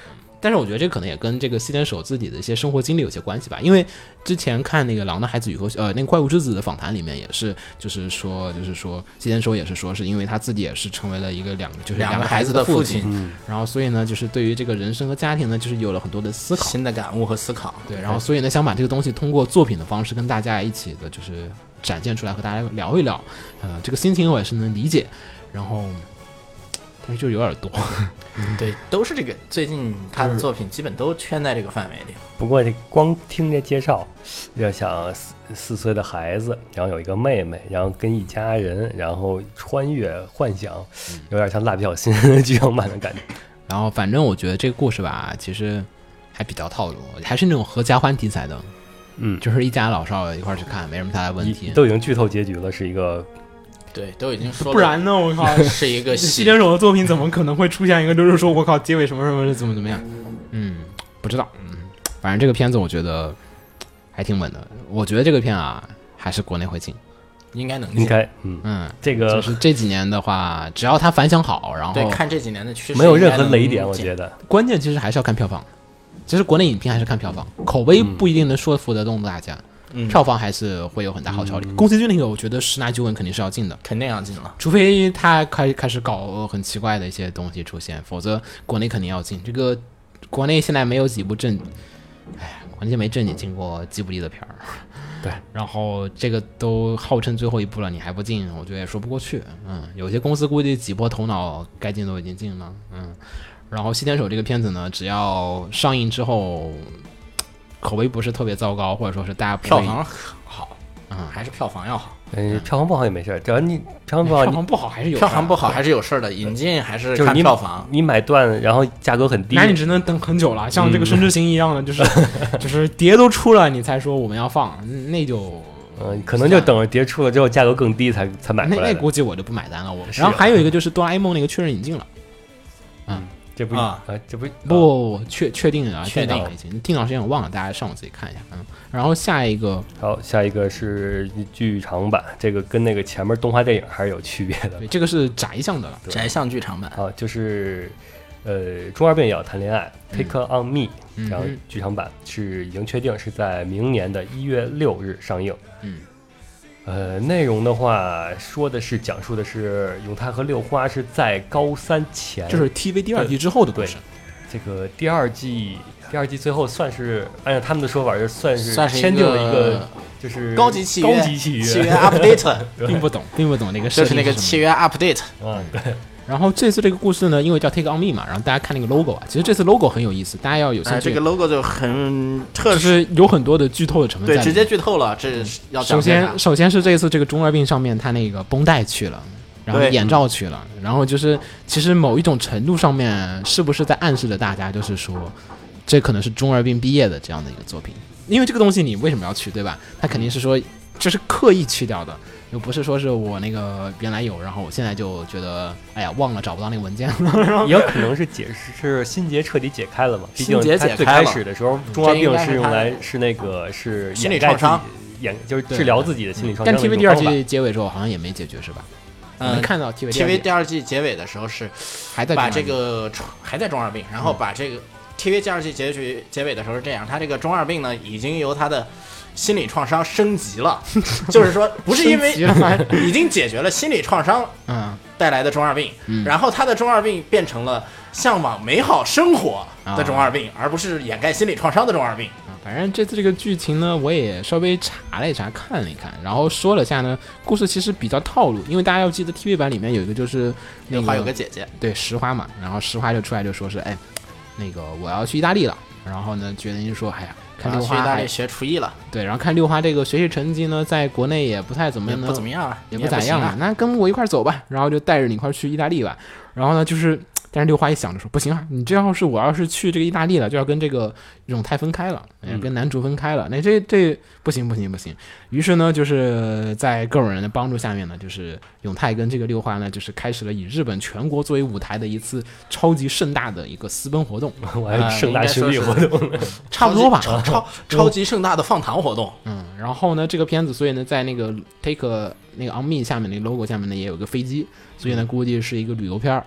但是我觉得这可能也跟这个西田守自己的一些生活经历有些关系吧，因为之前看那个《狼的孩子与和呃那个怪物之子》的访谈里面也是，就是说就是说西田守也是说是因为他自己也是成为了一个两就是两个个孩子的父亲， 嗯， 然后所以呢就是对于这个人生和家庭呢就是有了很多的思考， 新的感悟和思考。 对，然后所以呢想把这个东西通过作品的方式跟大家一起的就是展现出来和大家聊一聊，呃这个心情我也是能理解，然后但是就有点多。 对，都是这个。最近他的作品基本都圈在这个范围里。 不过这光听这介绍，要想四四岁的孩子，然后有一个妹妹，然后跟一家人，然后穿越幻想，有点像蜡笔小新剧场版的感觉。 然后反正我觉得这个故事吧，其实还比较套路，还是那种合家欢题材的， 嗯， 就是一家老少一块儿去看，没什么太大问题。 都已经剧透结局了，是一个。 对，都已经说了， 不然呢？我靠， 是一个西田守的作品怎么可能会出现一个就是说我靠结尾什么什么怎么怎么样？嗯，不知道，嗯，反正这个片子我觉得还挺稳的。我觉得这个片啊，还是国内会进， 应该能进， 应该，嗯嗯， 这个就是这几年的话，只要它反响好，然后对看这几年的趋势， 没有任何雷点，我觉得。 关键其实还是要看票房，其实国内影片还是看票房，口碑不一定能说服得动大家。 嗯、 票房还是会有很大号召力。宫崎骏那个，我觉得十拿九稳肯定是要进的， 肯定要进了。 除非他开开始搞很奇怪的一些东西出现，否则国内肯定要进。这个国内现在没有几部正，哎，国内没正经进过吉卜力的片儿。 对， 然后这个都号称最后一部了，你还不进，我觉得也说不过去。嗯，有些公司估计挤破头脑，该进都已经进了。嗯，然后西田守这个片子呢，只要上映之后。口碑不是特别糟糕，或者说是大家不票房好， 嗯， 还是票房要好。 嗯，票房不好也没事，只要你票房不好， 票房不好还是有票房不好还是有事的。引进还是看票房， 你买断，然后价格很低， 那你只能等很久了。像这个《深之行》一样的，就是就是碟都出了，你才说我们要放，那就嗯，可能就等着碟出了之后价格更低才才买回来。 那那估计我就不买单了。我然后还有一个就是哆啦 A 梦那个确认引进了，嗯。 这不啊，这不不确确定啊， 确定已经定档时间我忘了，大家上网自己看一下。嗯，然后下一个， 好，下一个是剧场版，这个跟那个前面动画电影还是有区别的。 对，这个是宅向的了， 宅向剧场版。 好，就是呃，中二病也要谈恋爱、嗯、，Take on Me，、 嗯、 然后剧场版是已经确定是在明年的一月六日上映。 嗯。 呃，内容的话，说的是讲述的是永泰和六花是在高三前， 就是 T V 第二季之后的故事。 这个第二季，第二季最后算是按照他们的说法，就算是算是签订了一个就是高级契约， 高级契约， 契约 update， 并不懂，并不懂那个就是那个契约 update。 嗯，对。 然后这次这个故事呢，因为叫 Take on Me 嘛，然后大家看那个 logo 啊，其实这次 logo 很有意思，大家要有兴趣。 哎、这个 logo 就很特殊， 就是有很多的剧透的成分在里面。 对，直接剧透了，这要首先，首先是这一次这个中二病上面，它那个绷带去了，然后眼罩去了，然后就是其实某一种程度上面，是不是在暗示着大家，就是说，这可能是中二病毕业的这样的一个作品？因为这个东西你为什么要去，对吧？它肯定是说，就是刻意去掉的。又不是说是我那个原来有，然后我现在就觉得，哎呀，忘了找不到那个文件了。 也有可能是解释是心结彻底解开了嘛？毕竟他最开始的时候，中二病是用来是那个是心理创伤， 掩就是治疗自己的心理创伤。 但 T V 第二季结尾之后好像也没解决，是吧？ 嗯， 看到 T V T V 第二季结尾的时候是还在把这个还在中二病，然后把这个 T V 第二季结局结尾的时候是这样，他这个中二病呢已经由他的心理创伤升级了，就是说不是因为已经解决了心理创伤带来的中二病， 嗯、 然后他的中二病变成了向往美好生活的中二病，啊、而不是掩盖心理创伤的中二病。 反正这次这个剧情呢，我也稍微查了一查，看了一看，然后说了下呢，故事其实比较套路，因为大家要记得 T V 版里面有一个就是那个花有个姐姐， 对石花嘛，然后石花就出来就说是，哎，那个我要去意大利了，然后呢，决定就说，哎呀。看六花去意大利学厨艺了， 对，然后看六花这个学习成绩呢，在国内也不太怎么样， 不怎么样啊， 也不咋样啊。 那跟我一块走吧，然后就带着你一块去意大利吧。然后呢，就是，但是六花一想着说，不行啊，你这要是我要是去这个意大利了，就要跟这个永泰分开了， 嗯、 跟男主分开了，那这这不行不行不行。于是呢，就是在各种人的帮助下面呢，就是永泰跟这个六花呢，就是开始了以日本全国作为舞台的一次超级盛大的一个私奔活动， 我还盛大巡礼活动， 呃、差不多吧， 超超超级盛大的放糖活动。 嗯，然后呢，这个片子所以呢，在那个 Take 那个 On Me 下面那个 logo 下面呢，也有个飞机，所以呢，估计是一个旅游片儿。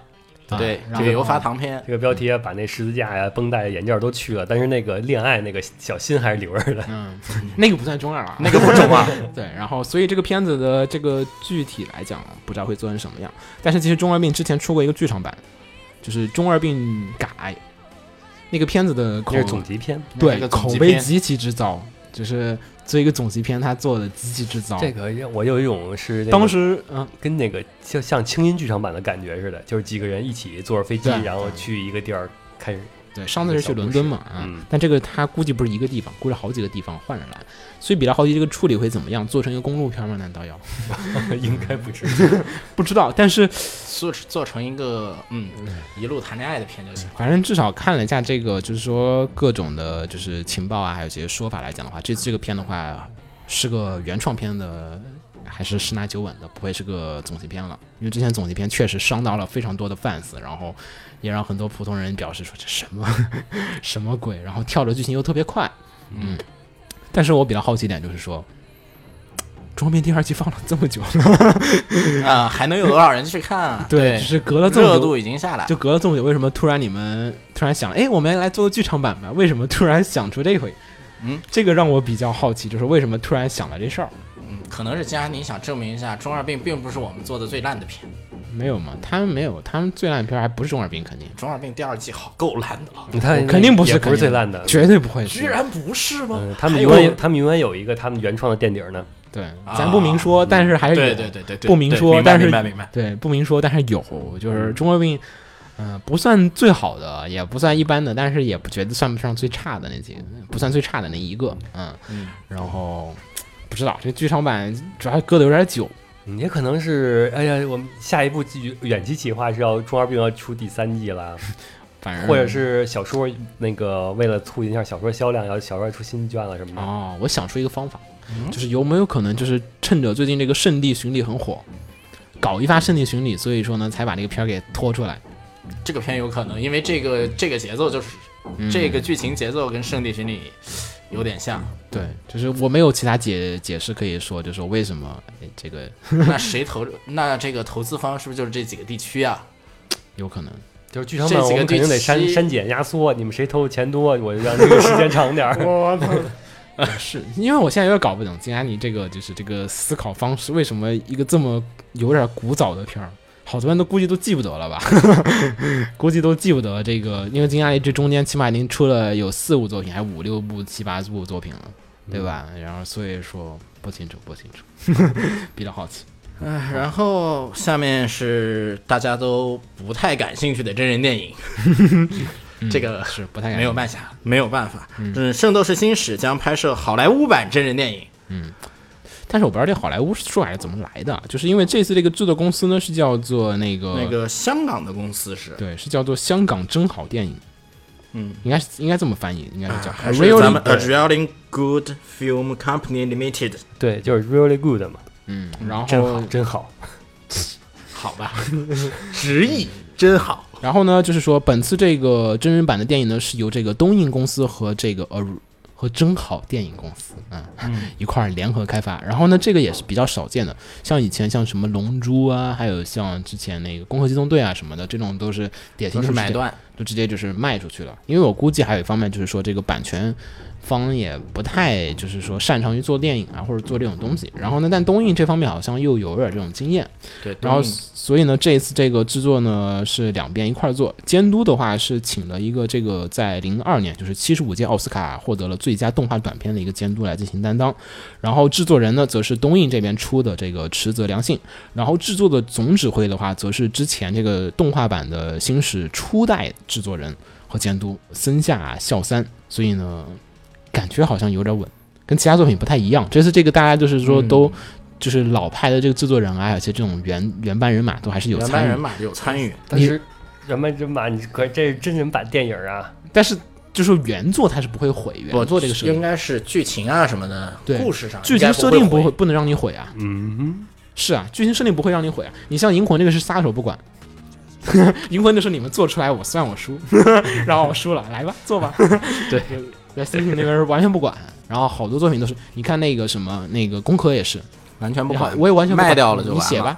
对， 然后旅游发糖片， 这个标题把那十字架呀、绷带、眼镜都去了，但是那个恋爱那个小心还是留着的。 嗯，那个不算中二啊， 那个不中二。 对，然后所以这个片子的这个具体来讲，不知道会做成什么样。但是其实中二病之前出过一个剧场版，就是中二病改那个片子的口这是总集篇， 对个总口集片碑极其之糟，就是做一个总集片，他做的极其之糟。 这个我有一种是、那个、 当时嗯， 跟那个像像轻音剧场版的感觉似的，就是几个人一起坐着飞机， 对然后去一个地儿开始。 对，上次是去伦敦嘛，啊、 嗯， 但这个他估计不是一个地方，估计好几个地方换着来，所以比较好奇这个处理会怎么样，做成一个公路片吗？难道要？ 应该不是， 不知道，但是做做成一个嗯一路谈恋爱的片就行。 反正至少看了一下这个，就是说各种的，就是情报啊，还有一些说法来讲的话，这次这个片的话是个原创片的，还是十拿九稳的，不会是个总集片了。因为之前总集片确实伤到了非常多的 fans， 然后也让很多普通人表示说这什么什么鬼，然后跳的剧情又特别快，嗯。但是我比较好奇一点就是说，中二病第二季放了这么久了啊，还能有多少人去看啊？ 对，只是隔了这么久， 热度已经下来， 就隔了这么久，为什么突然你们突然想，哎，我们来做个剧场版吧？为什么突然想出这回？ 嗯， 这个让我比较好奇，就是为什么突然想了这事儿？ 嗯，可能是佳宁想证明一下，中二病并不是我们做的最烂的片。 没有嘛？他们没有，他们最烂的片还不是中二病，肯定。 中二病第二季好够烂的了， 你看肯定不是， 也不是最烂的， 绝对不会是。 居然不是吗？ 嗯、他们永远他们永远有一个他们原创的垫底呢。 对，咱不明说， 啊、 但是还是有。 对对对对对， 不明说，但是明白明白。 对，不明说，但是有，就是中二病。嗯、呃，不算最好的，也不算一般的，但是也不觉得算不上最差的那几个，不算最差的那一个，嗯嗯， 然后不知道这剧场版主要搁的有点久， 也可能是，哎呀，我们下一步远期企划是要中二病要出第三季了， 反正或者是小说那个为了促进一下小说销量，要小说出新卷了什么的。 哦，我想出一个方法，嗯、就是有没有可能就是趁着最近这个圣地巡礼很火，搞一发圣地巡礼，所以说呢才把这个片儿给拖出来。 这个片有可能，因为这个这个节奏就是、嗯、这个剧情节奏跟圣地巡礼有点像。 对，就是我没有其他解解释可以说，就是说为什么这个那谁投那这个投资方是不是就是这几个地区啊？ 有可能， 就是剧场版我们肯定得删删减压缩，你们谁投的钱多，我就让这个时间长点。 我操！是因为我现在有点搞不懂金安妮这个就是这个思考方式，为什么一个这么有点古早的片儿？好多人都估计都记不得了吧，估计都记不得这个，因为金阿姨这中间起码已经出了有四部作品，还五六部、七八部作品了，对吧？嗯、然后所以说不清楚，不清楚，比较好奇。 唉，然后下面是大家都不太感兴趣的真人电影，这个是不太没有办法，没有办法。嗯，《圣斗士星矢》将拍摄好莱坞版真人电影。 嗯。但是我不知道这好莱坞说法是怎么来的，就是因为这次这个制作公司呢是叫做那个那个香港的公司是对，是叫做香港真好电影， 嗯， 应该是应该这么翻译，应该是叫、 啊、really, 咱们 A Really Good Film Company Limited， 对，就是 Really Good 嘛， 嗯，然后真好真好， 好吧，直译真好。 然后呢，就是说本次这个真人版的电影呢是由这个东映公司和这个 A。和真好电影公司啊、嗯嗯、一块联合开发，然后呢，这个也是比较少见的，像以前像什么龙珠啊，还有像之前那个攻壳机动队啊什么的，这种都是典型就是买断， 就直接就是卖出去了。因为我估计还有一方面就是说，这个版权方也不太就是说擅长于做电影啊或者做这种东西。然后呢，但东映这方面好像又有点这种经验， 对， 然后所以呢，这一次这个制作呢是两边一块做，监督的话是请了一个这个在零二年就是七十五届奥斯卡获得了最佳动画短片的一个监督来进行担当，然后制作人呢则是东映这边出的这个池泽良信，然后制作的总指挥的话则是之前这个动画版的星矢初代制作人和监督森下孝三，所以呢感觉好像有点稳，跟其他作品不太一样。这次这个大家就是说都、嗯、就是老派的这个制作人啊，而且这种原原班人马都还是有参与， 原班人马有参与， 但是原班人马你可这是真人版电影啊， 但是就是原作它是不会毁原作这个事， 应该是剧情啊什么的， 对， 故事上剧情设定不会不能让你毁啊， 嗯， 是啊，剧情设定不会让你毁啊。你像银魂这个是撒手不管，银魂就是你们做出来我算我输，然后我输了，来吧做吧，对，在 C P 那边完全不管。然后好多作品都是，你看那个什么那个攻壳也是完全不管， 我也完全不管卖掉了就完了， 你写吧，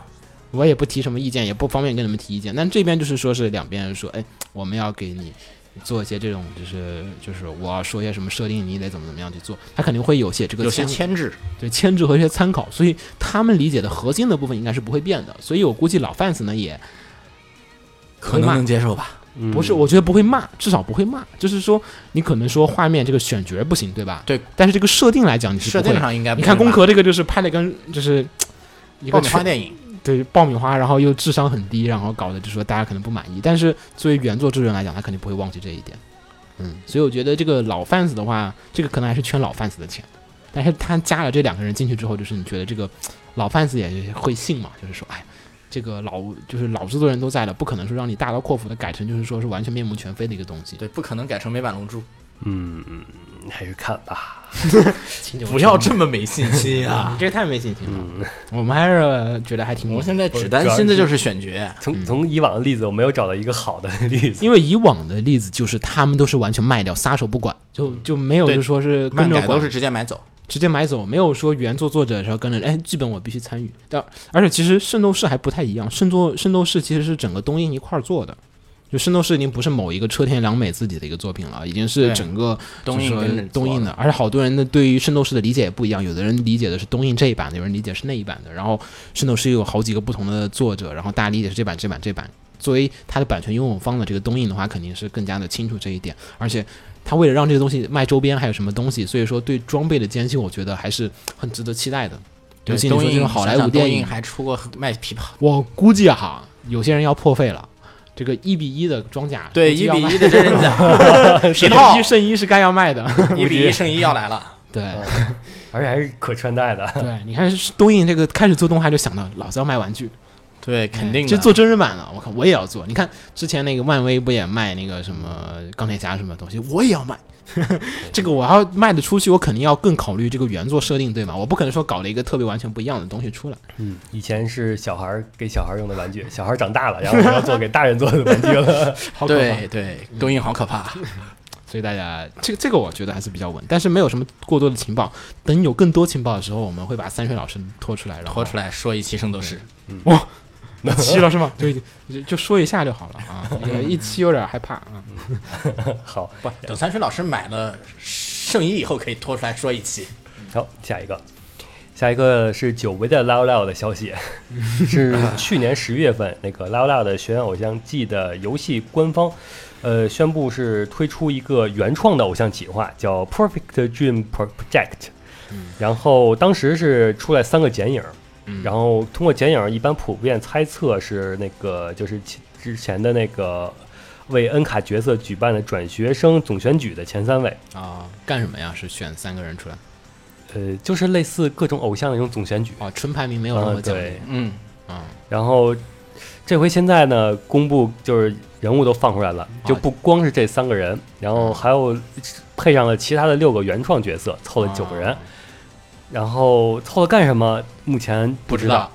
我也不提什么意见，也不方便跟你们提意见。但这边就是说是两边说，哎，我们要给你做一些这种，就是就是我要说一些什么设定，你得怎么怎么样去做，他肯定会有些这个有些牵制， 对牵制和一些参考，所以他们理解的核心的部分应该是不会变的。所以我估计老 fans 呢也可能能接受吧。 不是，我觉得不会骂，至少不会骂。就是说，你可能说画面这个选角不行，对吧？ 对。 但是这个设定来讲，你是设定上应该不会。 你看《攻壳》这个就是拍了跟就是一个爆米花电影， 对，爆米花，然后又智商很低，然后搞的就说大家可能不满意。但是作为原作制作人来讲，他肯定不会忘记这一点。嗯，所以我觉得这个老 fans 的话，这个可能还是圈老 fans 的钱。但是他加了这两个人进去之后，就是你觉得这个老 fans 也会信嘛？就是说，哎。这个老就是老制作人都在了，不可能说让你大刀阔斧的改成就是说是完全面目全非的一个东西。 对，不可能改成美版龙珠。 嗯，还是看吧。 不要这么没信心啊！ 你这太没信心了。嗯、我们还是觉得还挺。 我现在只担心的就是选角。 从从以往的例子，我没有找到一个好的例子。 因为以往的例子就是他们都是完全卖掉，撒手不管，就就没有就说是跟着都是直接买走。 直接买走，没有说原作作者的时候跟着，哎，剧本我必须参与。但而且其实《圣斗士》还不太一样，《圣斗圣斗士》其实是整个东映一块儿做的，就《圣斗士》已经不是某一个车田良美自己的一个作品了，已经是整个东映跟东映的。而且好多人的对于《圣斗士》的理解也不一样，有的人理解的是东映这一版的，有人理解是那一版的。然后《圣斗士》有好几个不同的作者，然后大家理解是这版、这版、这版。作为它的版权拥有方的这个东映的话，肯定是更加的清楚这一点，而且。他为了让这个东西卖周边，还有什么东西，所以说对装备的监修，我觉得还是很值得期待的。 对， 东映这种好莱坞电影还出过卖皮跑， 我估计哈，有些人要破费了。这个一比一的装甲， 对，一比一的真人甲， 皮套一胜一是该要卖的， 一比一胜一要来了。 对， 而且还是可穿戴的。 对，你看东映这个开始做动画就想到，老子要卖玩具。 对，肯定的。 就做真人版了，我看我也要做。你看之前那个漫威不也卖那个什么钢铁侠什么东西，我也要卖。这个我要卖得出去，我肯定要更考虑这个原作设定，对吗？我不可能说搞了一个特别完全不一样的东西出来。 嗯，以前是小孩给小孩用的玩具，小孩长大了，然后要做给大人做的玩具了。 好可怕。 对对，东映好可怕。 所以大家这个这个我觉得还是比较稳，但是没有什么过多的情报。等有更多情报的时候，我们会把三水老师拖出来，然后拖出来说一期圣斗士。 嗯，哇。七了是吗？就就说一下就好了啊，一期有点害怕啊。 好， 不等三水老师买了圣衣以后，可以拖出来说一期。 好，下一个，下一个是久违的 Lao Lao 的消息，是去年十月份那个 Lao Lao 的学员偶像季的游戏官方，呃，宣布是推出一个原创的偶像企划，叫 Perfect Dream Project。然后当时是出来三个剪影。然后通过剪影，一般普遍猜测是那个就是之前的那个为恩卡角色举办的转学生总选举的前三位啊，干什么呀？是选三个人出来？ 呃，就是类似各种偶像的那种总选举啊，纯排名没有任何奖励。 嗯啊， 然后这回现在呢，公布就是人物都放出来了，就不光是这三个人，然后还有配上了其他的六个原创角色，凑了九个人。然后凑了干什么？目前不知道。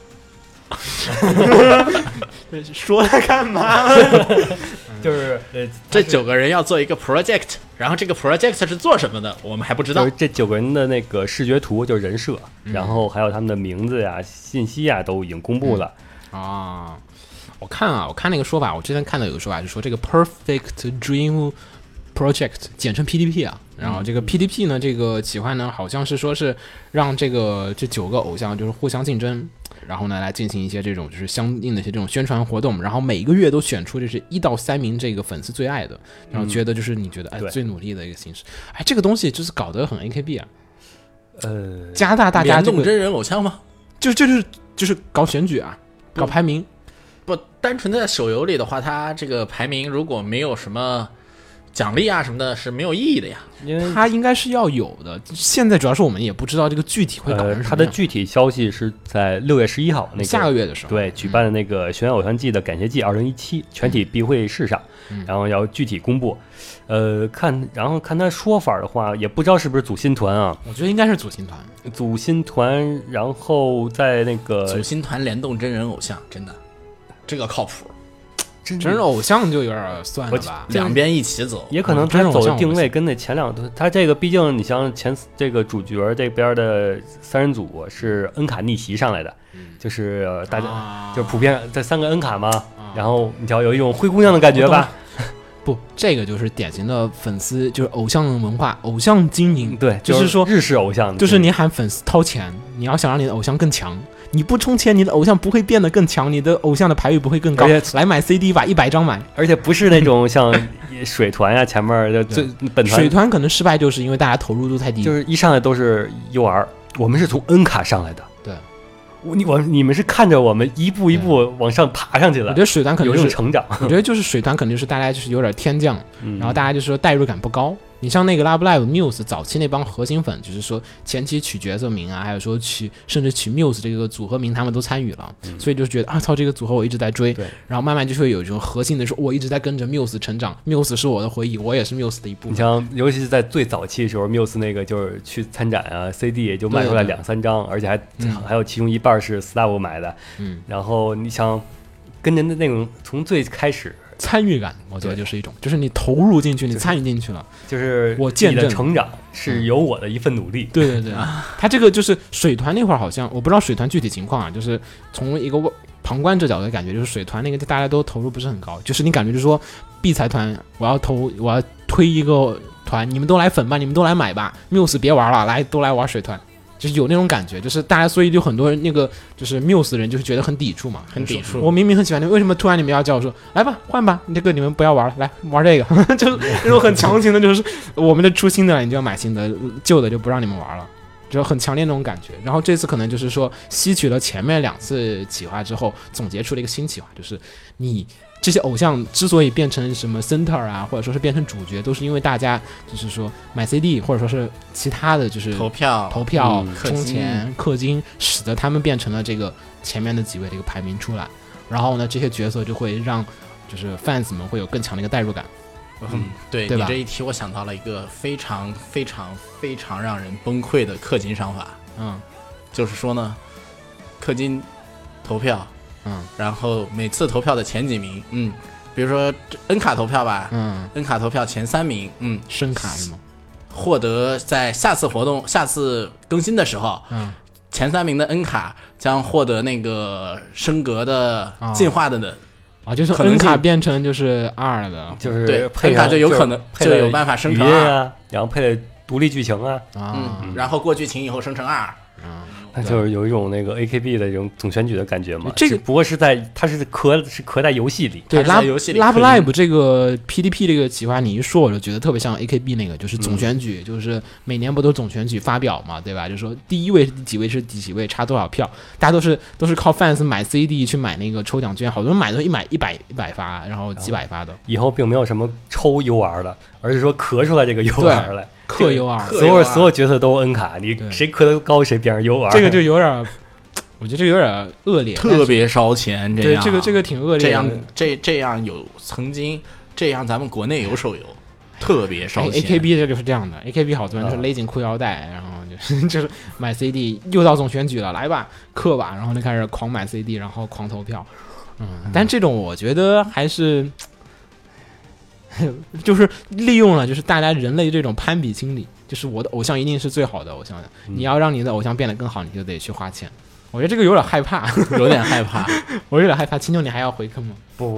说他干嘛？ 就是呃， 这九个人要做一个 project， 然后这个 project 是做什么的，我们还不知道。 就是这九个人的那个视觉图，就是人设，嗯、然后还有他们的名字呀、信息呀，都已经公布了。 嗯、啊，我看啊，我看那个说法，我之前看到有个说法是说这个 perfect dream project 简称 P D P 啊。然后这个 P D P 呢，这个企划呢，好像是说是让这个这九个偶像就是互相竞争，然后呢来进行一些这种就是相应的一些这种宣传活动，然后每个月都选出就是一到三名这个粉丝最爱的，然后觉得就是你觉得、嗯、哎最努力的一个形式，哎这个东西就是搞得很 A K B 啊， 呃， 加大大家这个联动真人偶像吗？ 就就就是就是搞选举啊，搞排名， 不单纯的在手游里的话，它这个排名如果没有什么奖励啊什么的是没有意义的呀， 因为它应该是要有的。现在主要是我们也不知道这个具体会搞成什么样、呃、 它的具体消息是在六月十一号那个下个月的时候， 对举办的那个学员偶像季的感谢季二零一七全体闭会式上、嗯，然后要具体公布。呃，看然后看他说法的话，也不知道是不是组新团啊？ 我觉得应该是组新团， 组新团，然后在那个组新团联动真人偶像，真的这个靠谱。 真真人偶像就有点算了吧， 两边一起走， 也可能他走的定位跟那前两，他这个毕竟你像前这个主角这边的三人组是恩卡逆袭上来的， 嗯、 就是大家、 啊、 就是普遍这三个恩卡嘛， 啊、 然后你瞧有一种灰姑娘的感觉吧。 不，这个就是典型的粉丝，就是偶像文化、偶像经营。 对， 就是说日式偶像， 就是你喊粉丝掏钱，你要想让你的偶像更强，你不充钱，你的偶像不会变得更强，你的偶像的排位不会更高。来买 C D 吧，一百张买， 而且不是那种像水团呀、前面的最本团水团可能失败，就是因为大家投入度太低， 就是一上来都是 U R， 我们是从 N 卡上来的。 对。 你我你们是看着我们一步一步往上爬上去了。 我觉得水团可能就是成长。 我觉得就是水团可能就是大家就是有点天降， 嗯、 然后大家就是说代入感不高。你像那个 Love Live Muse 早期那帮核心粉，就是说前期取角色名啊，还有说取甚至取 Muse 这个组合名，他们都参与了， 嗯、 所以就觉得啊，操，这个组合我一直在追，然后慢慢就会有一种核心的说，我一直在跟着 Muse 成长 ，Muse 是我的回忆，我也是 Muse 的一部分。 你像，尤其是在最早期的时候 ，Muse 那个就是去参展啊 ，C D 也就卖出来两三张，而且还、 嗯、 还有其中一半是 Stav 买的， 嗯， 然后你想跟着那种从最开始。 参与感，我觉得就是一种，就是你投入进去，你参与进去了， 就是我见证你的成长是有我的一份努力。 嗯、对对对，他这个就是水团那会儿好像我不知道水团具体情况啊，就是从一个旁观者角度的感觉，就是水团那个大家都投入不是很高，就是你感觉就是说 B 财团我要投我要推一个团，你们都来粉吧，你们都来买吧 ，Muse 别玩了，来都来玩水团。就是有那种感觉，就是大家，所以就很多人那个就是 Muse 的人就是觉得很抵触嘛， 很抵触。 我明明很喜欢你，为什么突然你们要叫我说来吧，换吧？这个你们不要玩了，来玩这个，就是那种很强行的，就是我们的出新的了，你就要买新的，旧的就不让你们玩了，就很强烈那种感觉。然后这次可能就是说吸取了前面两次企划之后，总结出了一个新企划，就是你。这些偶像之所以变成什么 center 啊，或者说是变成主角，都是因为大家就是说买 C D 或者说是其他的就是投票、 投票、 嗯、 充钱、氪金，使得他们变成了这个前面的几位这个排名出来。然后呢，这些角色就会让就是 fans 们会有更强的一个代入感。 嗯，对， 对吧？ 你这一提，我想到了一个非常非常非常让人崩溃的氪金商法。 嗯， 就是说呢，氪金投票。 嗯， 然后每次投票的前几名，嗯，比如说 N 卡投票吧， 嗯 ，N 卡投票前三名，嗯， 升卡是吗？ 获得在下次活动、下次更新的时候， 嗯， 前三名的 N 卡将获得那个升格的进化的的啊，就是 N 卡变成就是二的， 就是对配 N 卡就有可能就就有办法生成二啊，然后配了独立剧情啊， 啊， 嗯，然后过剧情以后生成二。 那就是有一种那个 A K B 的这种总选举的感觉嘛。 这个不过是在它是壳是壳在游戏里， 对，拉游戏里 Love Live 这个 P D P 这个企划，你一说我就觉得特别像 A K B 那个，就是总选举，嗯、就是每年不都总选举发表嘛，对吧？就是说第一位是第几位是第几位，差多少票，大家都是都是靠 fans 买 C D 去买那个抽奖券，好多人买都一买一百一百发，然后几百发的。 以后并没有什么抽 U R 的，而是说咳出来这个 U R 来。 氪 U R， 所有所有角色都 N 卡，你谁氪得高谁变成 U R。 这个就有点，我觉得这个有点恶劣， 特别烧钱。这样， 对这个这个挺恶劣的。 这样这这样有曾经这样，咱们国内有手游，特别烧钱。 A K B 这就是这样的 ，A K B 好多人就是勒紧裤腰带，然后就是就是买 C D， 又到总选举了，来吧，氪吧，然后就开始狂买 C D， 然后狂投票。嗯，但这种我觉得还是。就是利用了就是大家人类这种攀比心理，就是我的偶像一定是最好的偶像的， 嗯、 你要让你的偶像变得更好，你就得去花钱。我觉得这个有点害怕， 有点害怕， 我有点害怕。青牛，你还要回坑吗？ 不，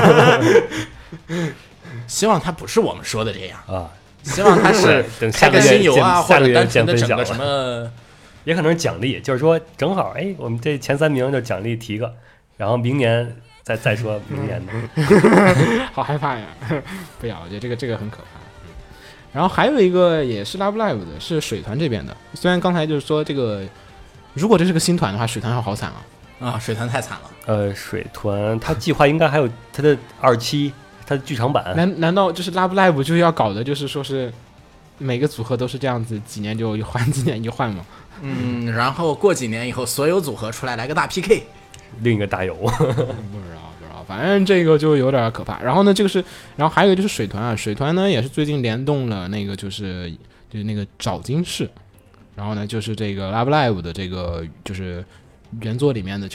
希望他不是我们说的这样啊， 希望他是开个新游啊，或者单纯的整个什么， 也可能是奖励，就是说正好哎，我们这前三名就奖励提个，然后明年。再再说明年的， 好害怕呀！不要，我觉得这个这个很可怕。然后还有一个也是 Love Live 的，是水团这边的。虽然刚才就是说这个，如果这是个新团的话，水团要好惨啊！ 啊，水团太惨了。 呃，水团它计划应该还有它的二期，它的剧场版。 难难道就是 Love Live 就是要搞的，就是说是每个组合都是这样子，几年就换，几年就换吗？ 嗯，然后过几年以后，所有组合出来来个大 P K。 另一个大游不知道不知道，反正这个就有点可怕。然后呢，这个是，然后还有一个就是水团啊，水团呢也是最近联动了那个就是就是那个找金市，然后呢就是这个 Love Live 的这个就是原作里面的就是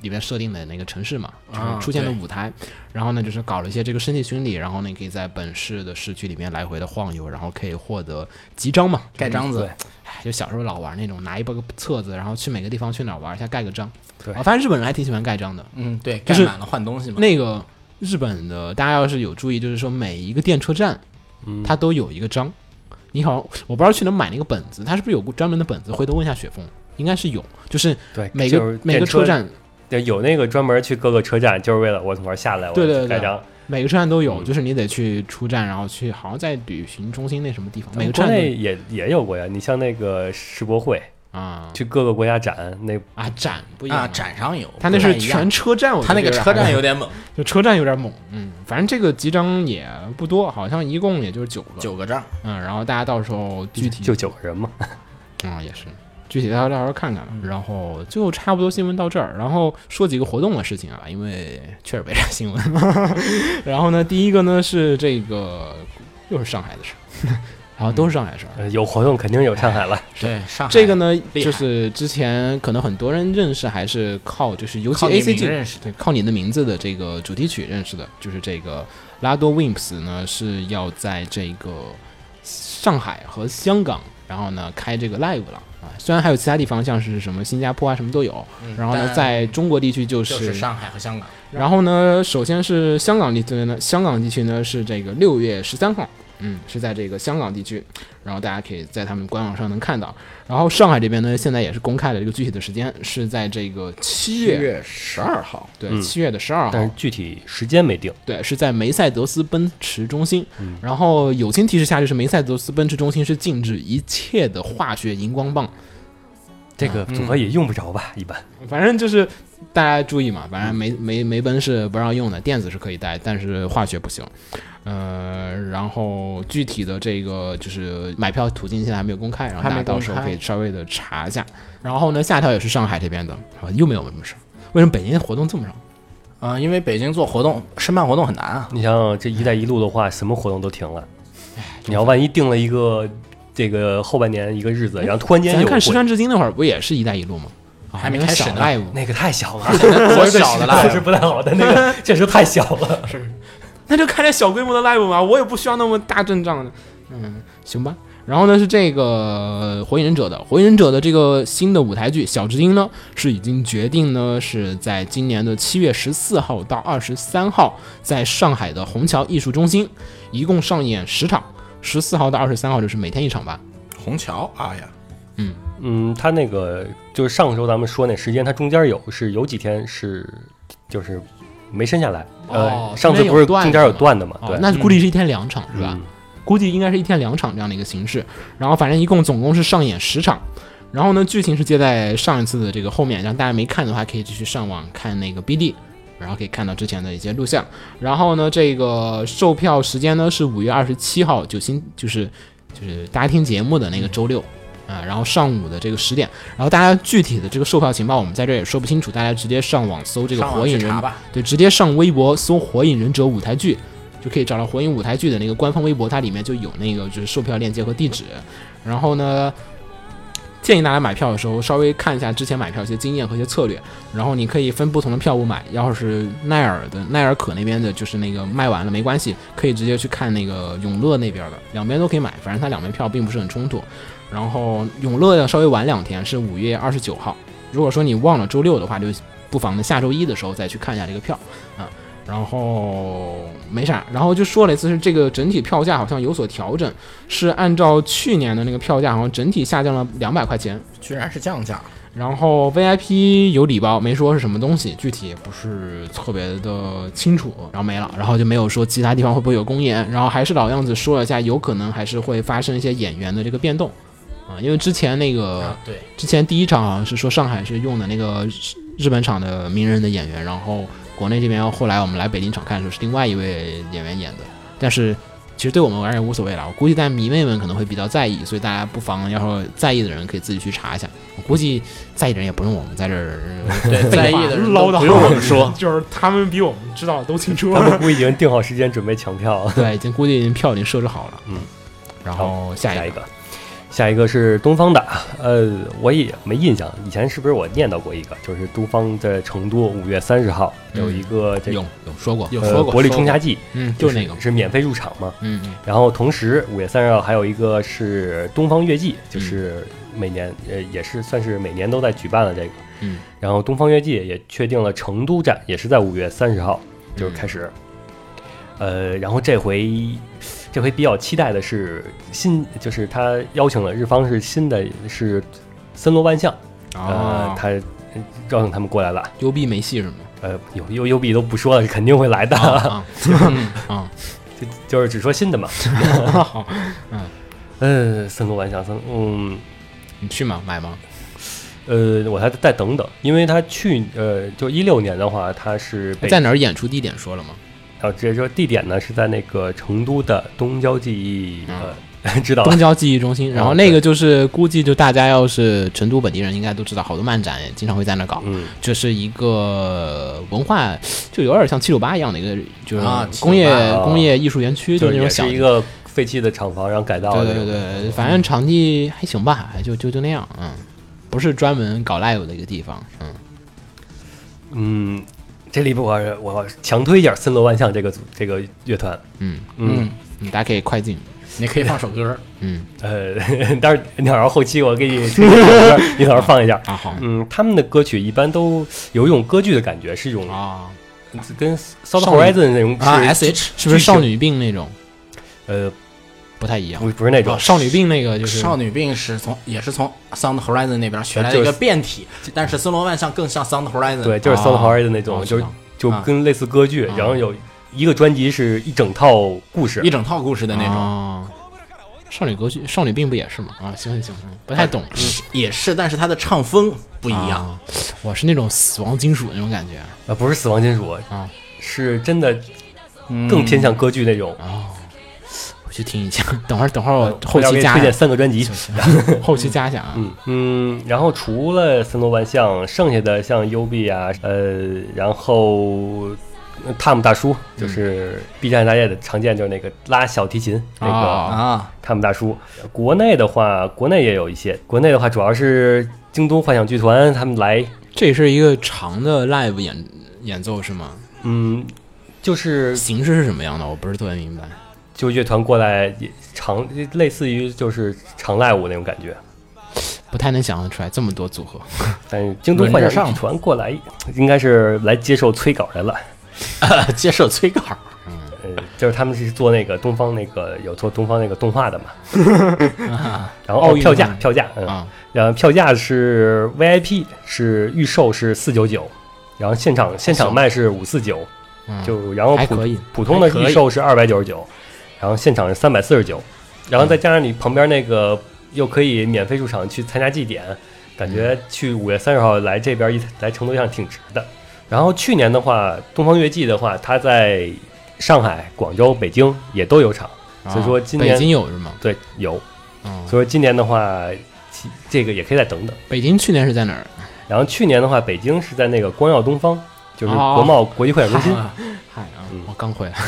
里面设定的那个城市嘛， 啊就是出现的舞台。然后呢，就是搞了一些这个身体巡礼，然后呢，你可以在本市的市区里面来回的晃悠，然后可以获得集章嘛， 盖章子。 哎，就小时候老玩那种，拿一本册子，然后去每个地方去哪儿玩一下，盖个章。 对， 我发现日本人还挺喜欢盖章的。 嗯，对， 就是盖满了换东西嘛。 那个日本的，大家要是有注意，就是说每一个电车站， 嗯， 它都有一个章。你好，我不知道去哪买那个本子，它是不是有专门的本子？回头问一下雪峰，应该是有。就是对每个、 就是、 每个车站。 对，有那个专门去各个车站，就是为了我从这儿下来，我对对对， 盖章。 每个车站都有， 嗯、 就是你得去出站，然后去，好像在旅行中心那什么地方，每个国站内也也有过呀。你像那个世博会啊， 去各个国家展那啊展不一样啊，展上有， 他那是全车站， 他那个车站有点猛， 就车站有点猛，嗯，反正这个集章也不多，好像一共也就是九个， 九个章， 嗯，然后大家到时候具体就九个人嘛， 啊、嗯、也是。具体大家到时候看看，然后最后差不多新闻到这儿，然后说几个活动的事情啊，因为确实没啥新闻。然后呢，第一个呢是这个又是上海的事，然后都是上海事儿、 嗯呃，有活动肯定有上海了。 对，上海这个呢就是之前可能很多人认识，还是靠就是尤其 A C G 认识， 对，靠你的名字的这个主题曲认识的，就是这个拉多 Wimps 呢是要在这个上海和香港，然后呢开这个 live 了。虽然还有其他地方，像是什么新加坡啊，什么都有。 嗯、 然后呢，在中国地区就是、就是上海和香港。 然后呢，首先是香港地区呢，香港地区呢是这个六月十三号，嗯，是在这个香港地区。然后大家可以在他们官网上能看到。然后上海这边呢，现在也是公开了这个具体的时间，是在这个七月十二号。 对， 嗯、 七月的十二号， 但是具体时间没定。 对，是在梅赛德斯奔驰中心。 嗯、 然后友情提示下，就是梅赛德斯奔驰中心是禁止一切的化学荧光棒。 这个组合也用不着吧、嗯、一般反正就是大家注意嘛，反正梅梅梅奔是不让用的，电子是可以带，但是化学不行。呃，然后具体的这个就是买票途径现在还没有公开，然后大家到时候可以稍微的查一下。然后呢，下条也是上海这边的，又没有什么事。为什么北京活动这么少？ 啊、呃，因为北京做活动申办活动很难啊。 你像这一带一路的话，什么活动都停了。你要万一定了一个这个后半年一个日子，然后突然间有咱看石川至今那会儿不也是一带一路吗？ 啊、还没开始呢， 那个太小了， 多小的 live 是不太好的，那个确实太小了。 是，那就开点小规模的 live 嘛，我也不需要那么大阵仗的。嗯，行吧。然后呢是这个火影忍者的火影忍者的这个新的舞台剧小之音呢是已经决定呢是在今年的七月十四号到二十三号在上海的虹桥艺术中心一共上演十场，十四号到二十三号就是每天一场吧。 虹桥啊呀， 嗯嗯，他那个就是上周咱们说那时间，他中间有是有几天是就是没伸下来。 哦、 呃，上次不是中间有断的嘛？ 哦、 对， 那估计是一天两场、嗯、是吧？ 嗯， 估计应该是一天两场这样的一个形式，然后反正一共总共是上演十场，然后呢剧情是接在上一次的这个后面，让大家没看的话可以继续上网看那个 B D， 然后可以看到之前的一些录像。然后呢这个售票时间呢是五月二十七号九星就是就是大家听节目的那个周六啊，然后上午的这个十点，然后大家具体的这个售票情报我们在这也说不清楚，大家直接上网搜这个火影忍，对，直接上微博搜火影忍者舞台剧。就可以找到火影舞台剧的那个官方微博，它里面就有那个就是售票链接和地址。然后呢，建议大家买票的时候稍微看一下之前买票一些经验和一些策略，然后你可以分不同的票务买。要是奈尔的奈尔可那边的就是那个卖完了没关系，可以直接去看那个永乐那边的，两边都可以买，反正它两边票并不是很冲突。然后永乐要稍微晚两天，是五月二十九号。如果说你忘了周六的话，就不妨的下周一的时候再去看一下这个票啊。然后没啥，然后就说了一次是这个整体票价好像有所调整，是按照去年的那个票价好像整体下降了两百块钱， 居然是降价。 然后 V I P 有礼包，没说是什么东西，具体也不是特别的清楚，然后没了，然后就没有说其他地方会不会有公演，然后还是老样子说了一下，有可能还是会发生一些演员的这个变动啊，因为之前那个、 啊、对， 之前第一场好像是说上海是用的那个日本场的名人的演员，然后国内这边后来我们来北京场看的时候是另外一位演员演的，但是其实对我们而言无所谓了，我估计但迷妹们可能会比较在意，所以大家不妨要是在意的人可以自己去查一下，我估计在意的人也不用我们在这儿对在意的人唠叨， 不用我们说， 就是他们比我们知道的都清楚， 他们估计已经定好时间准备抢票了， 对，已经估计已经票已经设置好了， 嗯， 然后下一个。 下一个是东方的，呃，我也没印象，以前是不是我念叨过一个，就是东方在成都五月三十号有一个这个、 有有说过有说过呃、国力冲侠季， 嗯， 就就是那个， 是免费入场嘛。 嗯嗯然后同时五月三十号还有一个是东方月季，就是每年呃也是算是每年都在举办了这个。 嗯， 然后东方月季也确定了成都站，也是在五月三十号就是开始。 嗯、 呃，然后这回这回比较期待的是新，就是他邀请了日方是新的是森罗万象， 哦、 呃，他邀请他们过来了。 优币没戏是吗？ 呃，有优优币都不说了，肯定会来的。 啊，嗯啊， 就就是只说新的嘛。 好，嗯， 呃，森罗万象，森，嗯， 你去吗？买吗？ 呃，我还再等等，因为他去呃，就一六年的话，他是北在哪儿演出地点说了吗？ 然后直接说地点呢是在那个成都的东郊记忆，呃，知道吧东郊记忆中心。然后那个就是估计就大家要是成都本地人应该都知道，好多漫展也经常会在那搞。 嗯， 这是一个文化，就有点像七九八一样的一个，就是啊工业、 啊工业艺术园区， 就是那种小也是一个废弃的厂房，然后改造的那种。 对对对，反正场地还行吧，就就就那样，嗯，不是专门搞 live 的一个地方，嗯嗯。这里边我我强推一下森罗万象这个组这个乐团， 嗯嗯嗯，大家可以快进， 你可以放首歌， 嗯呃，但是你好像后期我给你推荐首歌，你好好放一下啊好， 嗯，他们的歌曲一般都有一种歌剧的感觉，是一种啊， 跟 South Horizon 那种啊是 ，S H 是不是少女病那种？ 呃不太一样， 不不是那种哦少女病那个就是少女病是从也是从 Sound Horizon 那边学来的一个变体，但是森罗万象更像 Sound Horizon， 对，就是 South Horizon 那种，就是就跟类似歌剧，然后有一个专辑是一整套故事， 一整套故事的那种。 哦少女歌剧，少女病不也是吗？啊，行行行，不太懂， 也是，但是它的唱风不一样。 啊、我是那种死亡金属那种感觉， 呃，不是死亡金属啊， 是真的更偏向歌剧那种。 哦，我去听一下，等会儿等会儿我后期加推荐三个专辑， 后期加一下啊。 嗯嗯，然后除了森罗万象，剩下的像 U B 啊，呃，然后。汤姆大叔就是 B 站大家的常见，就是那个拉小提琴那个啊， 汤姆大叔。国内的话，国内也有一些。国内的话，主要是京东幻想剧团他们来。 这是一个长的 live 演演奏是吗？ 嗯，就是形式是什么样的？我不是特别明白。 就乐团过来长，类似于就是长 live 那种感觉。 不太能想象出来这么多组合。 但是京东幻想剧团过来，应该是来接受催稿来了。 呃，接受催稿， 嗯，呃，就是他们是做那个东方那个有做东方那个动画的嘛，然后哦票价票价，嗯，然后票价是 V I P 是预售是四九九，然后现场现场卖是五四九，就然后普普通的预售是二百九十九，然后现场是三百四十九，然后再加上你旁边那个又可以免费入场去参加祭典，感觉去五月三十号来这边一来成都上挺值的。然后去年的话，东方乐季的话，它在上海、广州、北京也都有场， 啊、 所以说今年北京有是吗？ 对，有。 嗯、 所以说今年的话，这个也可以再等等。 北京去年是在哪儿？ 然后去年的话，北京是在那个光耀东方，就是国贸国际会展中心。 嗨啊，我刚回来。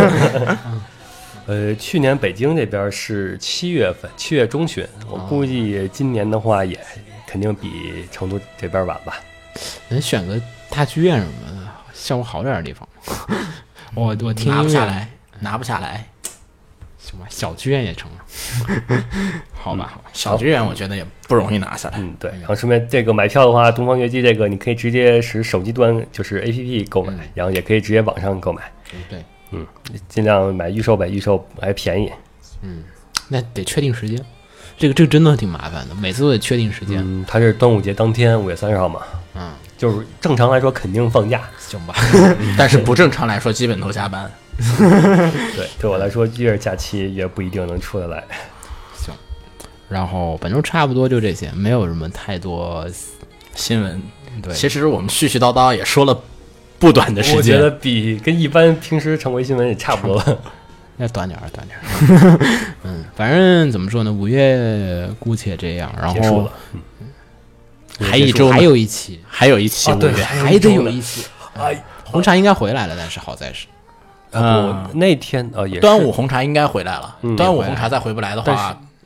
呃，去年北京这边是七月份，七月中旬，我估计今年的话也肯定比成都这边晚吧。 能选个大剧院什么的，效果好点的地方。我我听拿不下来，拿不下来。 行吧，小剧院也成了。好吧，好吧， 小剧院我觉得也不容易拿下来。 嗯，对。然后顺便这个买票的话，东方乐季这个你可以直接使手机端就是 A P P 购买，嗯、然后也可以直接网上购买。 嗯，对。 嗯，尽量买预售呗，预售还便宜。 嗯，那得确定时间。这个这个真的挺麻烦的，每次都得确定时间。 嗯，它是端午节当天，五月三十号嘛。 嗯， 就是正常来说肯定放假， 行吧？ 但是不正常来说，基本都加班。 对，对我来说，月儿假期也不一定能出得来。 行，然后本周差不多就这些，没有什么太多新闻。 对， 其实我们絮絮叨叨也说了不短的时间， 我觉得比跟一般平时常规新闻也差不多了。 要短点儿，短点儿。嗯，反正怎么说呢，五月姑且这样，然后还一周， 还有一期， 还有一期， 对， 还得有一期。哎，红茶应该回来了，但是好在是， 呃，那天呃也端午红茶应该回来了。端午红茶再回不来的话，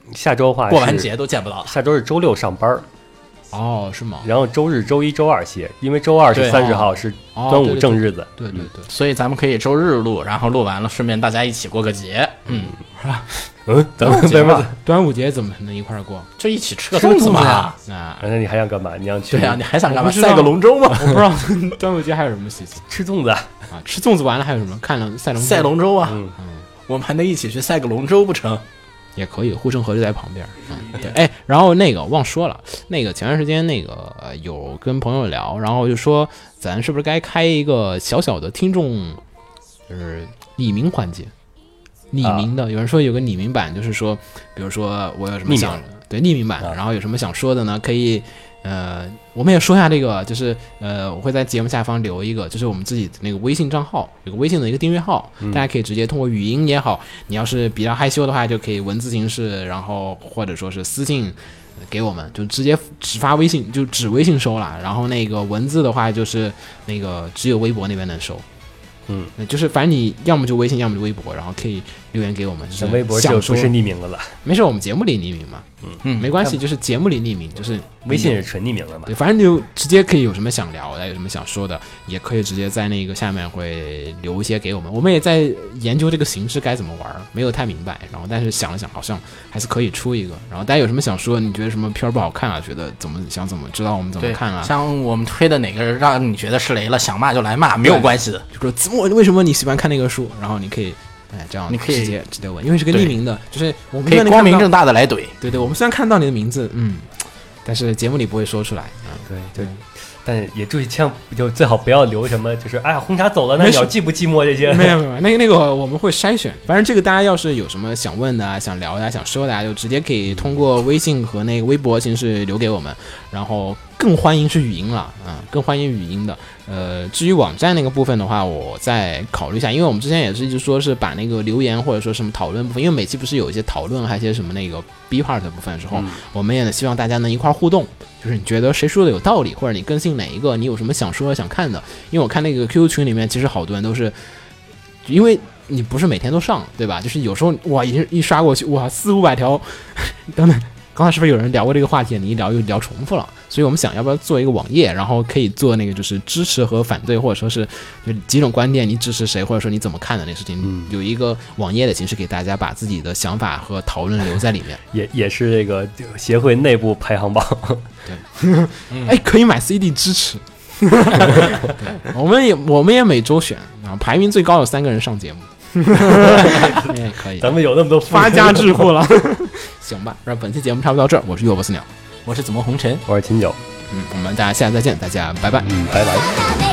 下周的话过完节都见不到。 下周是周六上班。 哦，是吗？ 然后周日、周一周二歇，因为周二是三十号是端午正日子。 对对对， 所以咱们可以周日录，然后录完了，顺便大家一起过个节。嗯，是吧？ 嗯，咱们端午节端午节怎么能一块过？ 就一起吃个粽子嘛。啊， 那你还想干嘛？你想去？ 对啊，你还想干嘛？赛个龙舟吗？ 我不知道端午节还有什么习俗。 吃粽子啊， 吃粽子完了还有什么？看了赛龙赛龙舟啊。 嗯嗯，我们还能一起去赛个龙舟不成？ 也可以，护城河就在旁边。嗯，对，哎，然后那个忘说了，那个前段时间那个、呃、有跟朋友聊，然后就说咱是不是该开一个小小的听众，就是匿名环节，匿名的。啊、有人说有个匿名版，就是说，比如说我有什么想对匿名版，然后有什么想说的呢，可以。呃，我们也说一下这个，就是呃，我会在节目下方留一个，就是我们自己的那个微信账号，有个微信的一个订阅号，嗯、大家可以直接通过语音也好，你要是比较害羞的话，就可以文字形式，然后或者说是私信给我们，就直接只发微信，就只微信收了。然后那个文字的话，就是那个只有微博那边能收。 嗯， 就是反正你要么就微信，要么就微博，然后可以留言给我们。就是微博就不是匿名的了， 没事，我们节目里匿名嘛， 嗯嗯，没关系，就是节目里匿名，就是微信是纯匿名的嘛。 对，反正就直接可以有什么想聊的，有什么想说的，也可以直接在那个下面会留一些给我们。我们也在研究这个形式该怎么玩，没有太明白，然后但是想了想，好像还是可以出一个。然后大家有什么想说，你觉得什么片不好看啊？觉得怎么想怎么知道我们怎么看啊？ 像我们推的哪个让你觉得是雷了，想骂就来骂，没有关系的。 就说子墨为什么你喜欢看那个书，然后你可以。哎，这样你可以直接直接问，因为是个匿名的，就是我们可以光明正大的来怼。 对对，我们虽然看到你的名字，嗯，但是节目里不会说出来。嗯， 对对，但是也注意，千万就最好不要留什么，就是哎呀，红茶走了，那鸟寂不寂寞这些。 没有没有，那个那个我们会筛选。反正这个大家要是有什么想问的、啊、想聊的、啊、想说的、啊，就直接可以通过微信和那个微博形式留给我们，然后更欢迎是语音了啊、嗯，更欢迎语音的。呃，至于网站那个部分的话，我再考虑一下，因为我们之前也是一直说是把那个留言或者说什么讨论部分，因为每期不是有一些讨论还有一些什么那个 B part 的部分的时候，嗯、我们也希望大家能一块互动，就是你觉得谁说的有道理，或者你更新哪一个，你有什么想说的想看的，因为我看那个 Q Q 群里面其实好多人都是，因为你不是每天都上，对吧？就是有时候哇一一刷过去哇四五百条，等等。刚才是不是有人聊过这个话题？你一聊又聊重复了，所以我们想要不要做一个网页，然后可以做那个就是支持和反对，或者说是就几种观点，你支持谁，或者说你怎么看的那个事情，嗯、有一个网页的形式给大家把自己的想法和讨论留在里面， 也也是这个协会内部排行榜。 对，哎，可以买 C D 支持。我们也我们也每周选，然后排名最高有三个人上节目。也可以， 咱们有那么多发家致富了。行吧，那本期节目差不多到这儿。我是岳波斯鸟， 我是紫梦红尘， 我是秦九。 嗯，我们大家下次再见，大家拜拜。 嗯，拜拜。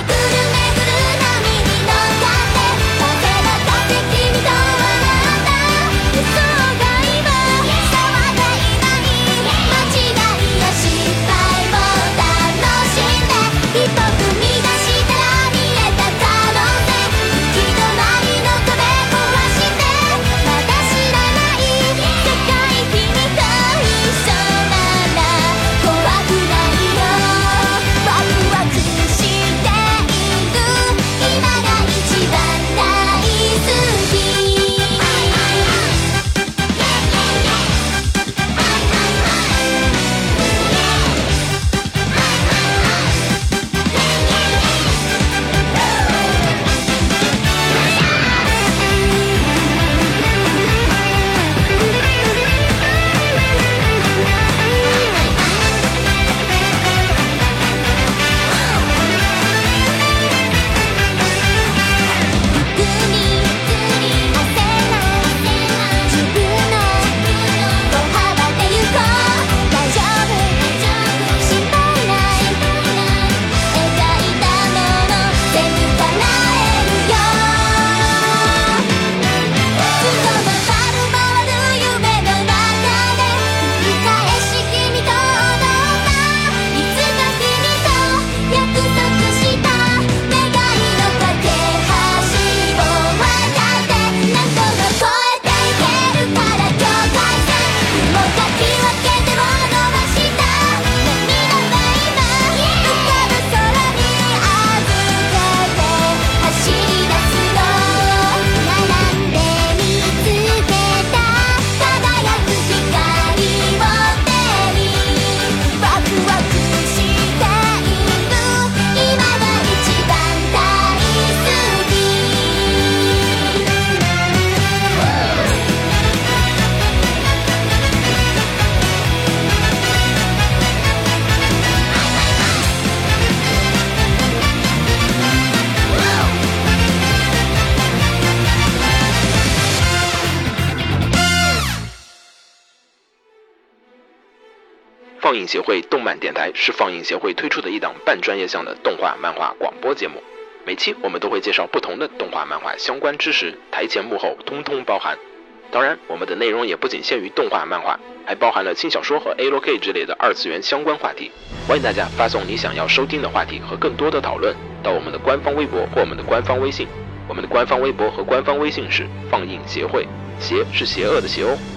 放映协会动漫电台是放映协会推出的一档半专业向的动画漫画广播节目，每期我们都会介绍不同的动画漫画相关知识，台前幕后通通包含。当然，我们的内容也不仅限于动画漫画，还包含了轻小说和 A L K 之类的二次元相关话题。欢迎大家发送你想要收听的话题和更多的讨论到我们的官方微博或我们的官方微信。我们的官方微博和官方微信是放映协会，邪是邪恶的邪哦。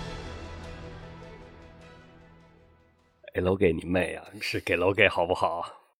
给楼给你妹啊！是给楼给好不好？